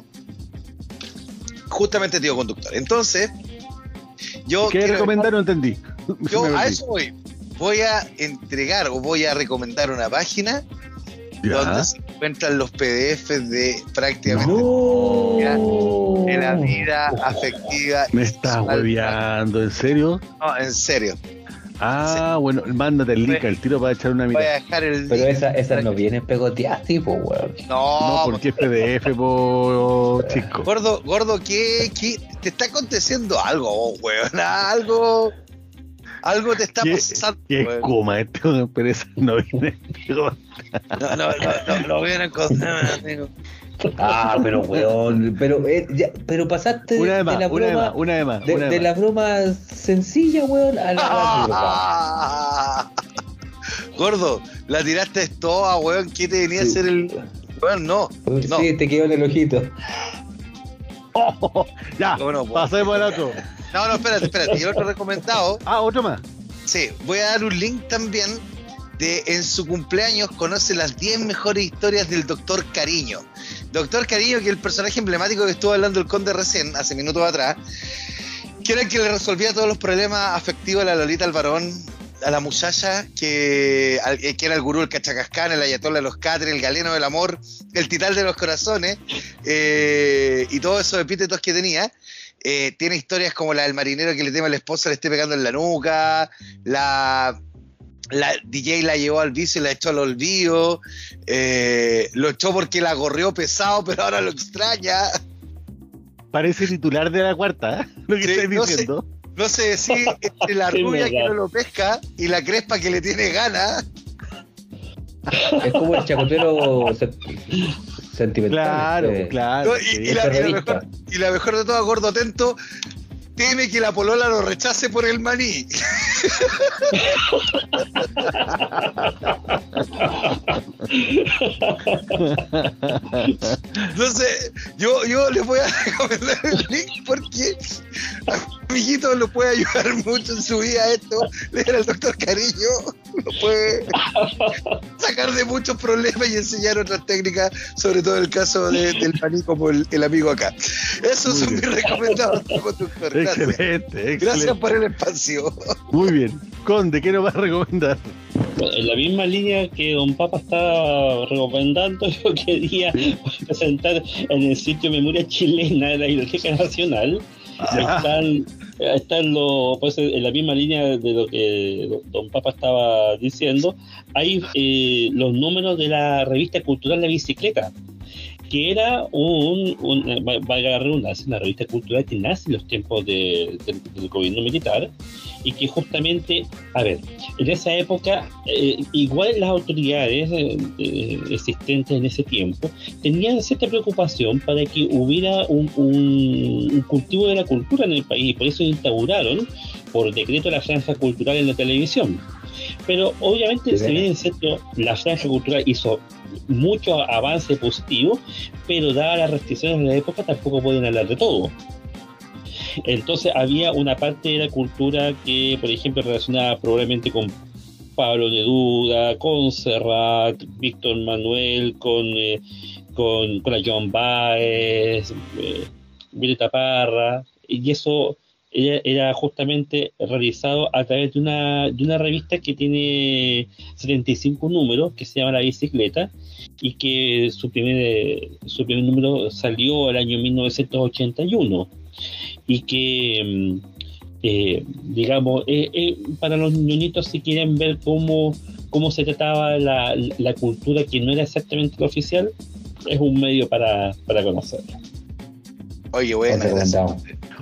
Justamente, tío conductor. Entonces, yo. ¿Qué recomendar? No entendí. Yo a eso voy. Voy a entregar o voy a recomendar una página ya. donde se encuentran los P D Fs de prácticamente no. de la vida afectiva. Me estás hueveando, ¿en serio? No, en serio. Ah, sí. Bueno, mándate el link al tiro para echar una mirada. Voy a dejar el Pero link. esas esa no vienen pegoteadas, tipo, weón. No, no, porque es P D F, po, chico. Gordo, gordo, ¿qué, qué te está aconteciendo algo, oh, weón? Algo. Algo te está ¿Qué, pasando. ¿Qué es coma este? Pero eso no viene. No, no, no, no, no viene con. Ah, pero weón, pero, eh, ya, pero pasaste una de, de, más, de la una broma, de, más, una de, más, de, una de, de la broma sencilla, weón, a la ah, gordo, la tiraste toda, weón. ¿Qué te venía sí. a hacer el. Weón, no, no. Sí, te quedó en el ojito. Oh, oh, oh, ya, bueno, pasemos al otro. No, no, espérate, espérate. Y otro recomendado. Ah, otro más. Sí, voy a dar un link también de en su cumpleaños conoce las diez mejores historias del Doctor Cariño. Doctor Cariño, que es el personaje emblemático que estuvo hablando el Conde recién, hace minutos atrás, que era el que le resolvía todos los problemas afectivos a la Lolita Alvarón, a la muchacha, que, que era el gurú, el cachacascán, el ayatollah de los catres, el galeno del amor, el titán de los corazones, eh, y todos esos epítetos que tenía. Eh, tiene historias como la del marinero que le teme a la esposa, le esté pegando en la nuca, la, la D J la llevó al vicio y la echó al olvido, eh, lo echó porque la corrió pesado, pero ahora lo extraña. Parece titular de la Cuarta, ¿eh? Lo que sí, estoy diciendo. No sé si entre la rubia que no lo pesca y la crespa que le tiene ganas. Es como el chacotero sentimental. Claro, eh. claro. No, y, sí, y, la, y, la mejor, y la mejor de todas, gordo atento, teme que la polola lo rechace por el maní. Entonces, yo, yo les voy a recomendar el link porque a mi hijito lo puede ayudar mucho en su vida esto. Leer al doctor Cariño lo puede sacar de muchos problemas y enseñar otras técnicas, sobre todo el caso de, del maní como el, el amigo acá. Esos son mis recomendados, doctor. Gracias. Excelente, excelente. Gracias por el espacio. Muy bien. Conde, ¿qué nos vas a recomendar? En la misma línea que Don Papa está recomendando, yo quería presentar en el sitio Memoria Chilena de la Biblioteca Nacional. Ah. Están, están los, pues, en la misma línea de lo que Don Papa estaba diciendo. Hay eh, los números de la revista cultural La Bicicleta, que era un, un valga la redundancia, una revista cultural que nace en los tiempos de, de, del gobierno militar, y que justamente, a ver, en esa época, eh, igual las autoridades eh, eh, existentes en ese tiempo tenían cierta preocupación para que hubiera un, un, un cultivo de la cultura en el país, y por eso instauraron por decreto la franja cultural en la televisión. Pero obviamente, si bien es cierto, la franja cultural hizo mucho avance positivo, pero dadas las restricciones de la época tampoco pueden hablar de todo. Entonces había una parte de la cultura que, por ejemplo, relacionada probablemente con Pablo Neruda, con Serrat, Víctor Manuel, con, eh, con, con la Joan Baez, eh, Violeta Parra, y eso era, era justamente realizado a través de una, de una revista que tiene setenta y cinco números, que se llama La Bicicleta, y que su primer, su primer número salió el año mil novecientos ochenta y uno, y que eh, digamos eh, eh, para los niñitos, si quieren ver cómo, cómo se trataba la, la cultura que no era exactamente la oficial, es un medio para, para conocerlo. Oye, bueno, gracias.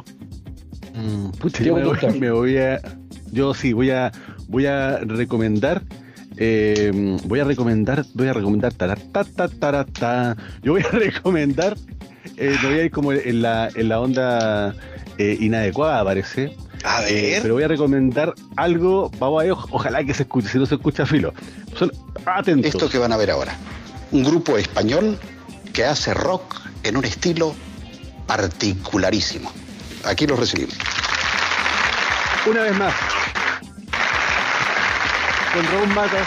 Mm, pucha, yo me voy, me voy a yo sí voy a voy a recomendar eh, voy a recomendar voy a recomendar tarata, tarata, yo voy a recomendar eh, me voy a ir como en la en la onda eh, inadecuada, parece. A ver. Eh, pero voy a recomendar algo, vamos a ver, ojalá que se escuche, si no se escucha, filo. Son atentos. Esto que van a ver ahora, un grupo español que hace rock en un estilo particularísimo. Aquí los recibimos. Una vez más, con Raúl Mata.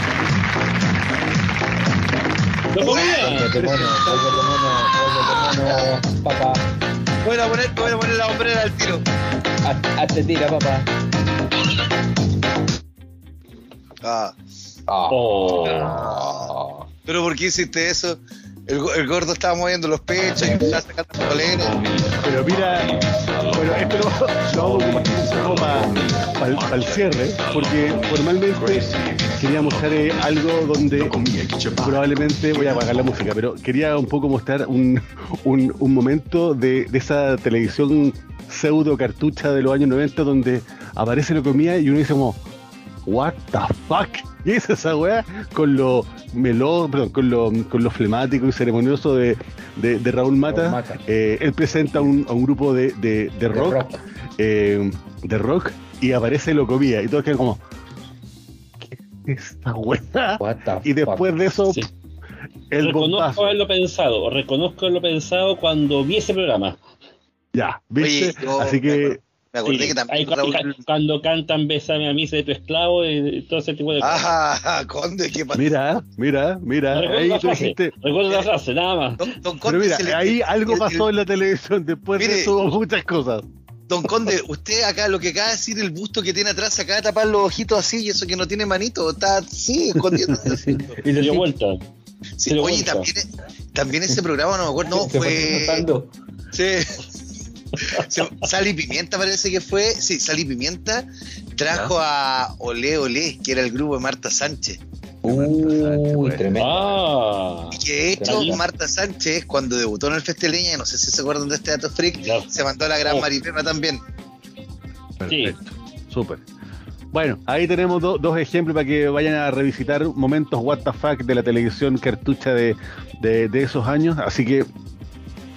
Papá. Voy a poner, voy a poner la hombrera al tiro. Hazte tira, papá. Ah. Oh. Ah. Pero ¿por qué hiciste eso? El, el gordo estaba moviendo los pechos y estaba sacando poleras. Pero mira, bueno, esto lo, lo vamos a ocupar para pa, pa el cierre, porque formalmente quería mostrar eh, algo donde probablemente voy a apagar la música, pero quería un poco mostrar un, un, un momento de, de esa televisión pseudo cartucha de los años noventa donde aparece la comida y uno dice como, what the fuck, ¿qué es esa weá? Con lo meló, perdón, con lo, con lo flemático y ceremonioso de, de, de Raúl Mata. Raúl Mata. Eh, él presenta un, a un grupo de, de, de rock, de rock. Eh, de rock, y aparece lo comía y todos quedan como, ¿qué es esta weá? Y después fuck? de eso, sí. el reconozco bombazo. haberlo pensado, reconozco haberlo pensado cuando vi ese programa. Ya, ¿viste? Oye, yo, así que me acordé sí, que también ahí, Raúl... cuando cantan Bésame a mí, sé tu esclavo y todo ese tipo de cosas. Ajá, Conde, ¿qué pasa? Mira, mira, mira. Recuerdo ahí la tú frase, dijiste... recuerdo la frase, nada más. Don, don Conde, pero mira, le... ahí algo el, pasó el... en la televisión. Después Mire, de eso hubo muchas cosas. Don Conde, usted acá, lo que acaba de decir, el busto que tiene atrás, acaba de tapar los ojitos así, y eso que no tiene manito, está así, escondiendo. sí, y le dio vuelta. Sí, oye, vuelta. También, también ese programa, no me acuerdo, no, fue... Sí. Sal y Pimienta parece que fue. Sí, Sal y Pimienta trajo a Olé Olé, que era el grupo de Marta Sánchez. Uy, tremendo. Ah, y que de hecho ¿también? Marta Sánchez, cuando debutó en el Festeleña, no sé si se acuerdan de este dato freak, no. se mandó a la gran oh. Maripepa también. Perfecto, sí. Súper. Bueno, ahí tenemos do, dos ejemplos para que vayan a revisitar momentos what the fuck de la televisión cartucha de, de, de esos años. Así que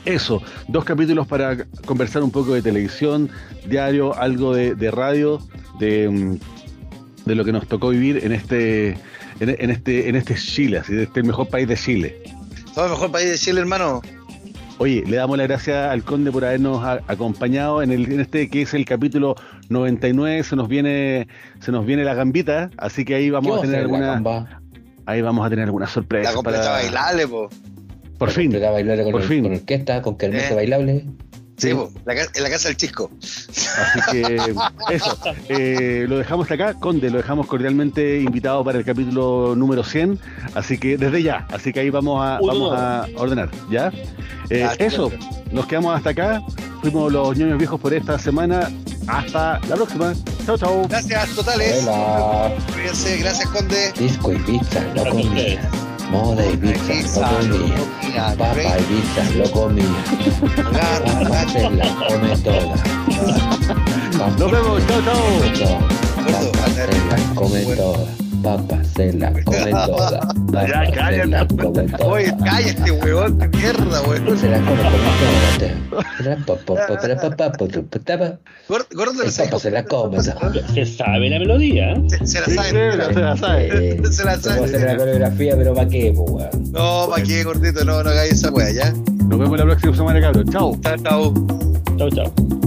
Eso, dos capítulos para conversar un poco de televisión, diario, algo de, de radio, de, de lo que nos tocó vivir en este, en, en este, en este Chile, así, de este mejor país de Chile. Somos el mejor país de Chile, hermano. Oye, le damos las gracias al Conde por habernos a, acompañado en, el, en este que es el capítulo noventa y nueve. Se nos viene, se nos viene la gambita, así que ahí vamos a tener alguna, ahí vamos a tener alguna sorpresa. La completa para... bailable, po. Por fin, bailable con, por el, fin. con orquesta, con kermés eh. bailable. Sí, po, la, en la casa del Chisco. Así que eso, eh, lo dejamos hasta acá. Conde, lo dejamos cordialmente invitado para el capítulo número cien. Así que desde ya, así que ahí vamos a, vamos a ordenar, ¿ya? Eh, ah, eso, nos quedamos hasta acá. Fuimos los ñoños viejos por esta semana. Hasta la próxima. Chao, chao. Gracias, totales. Hola. Cuídense, gracias, Conde. Disco y pizza, no comía. Moda y pizza, lo comía. Papa y pizza, lo comía. Papa se la come toda. Nos vemos, chao, chao. Papa se la come toda. Papa se la come toda. Ya, cállate. Oye, cállate, weón, de mierda, weón. Se la come toda. Gordo, el papa se la come. Se sabe la melodía. Se, se la sabe. Se la sabe. Se la sabe. Vamos a hacer la coreografía, pero ¿para qué, po, weón? No, ¿para qué, gordito? No, no hagáis esa weá, ¿ya? Nos vemos la próxima semana, cabrón. Chao. Chao, chao. Chao, chao.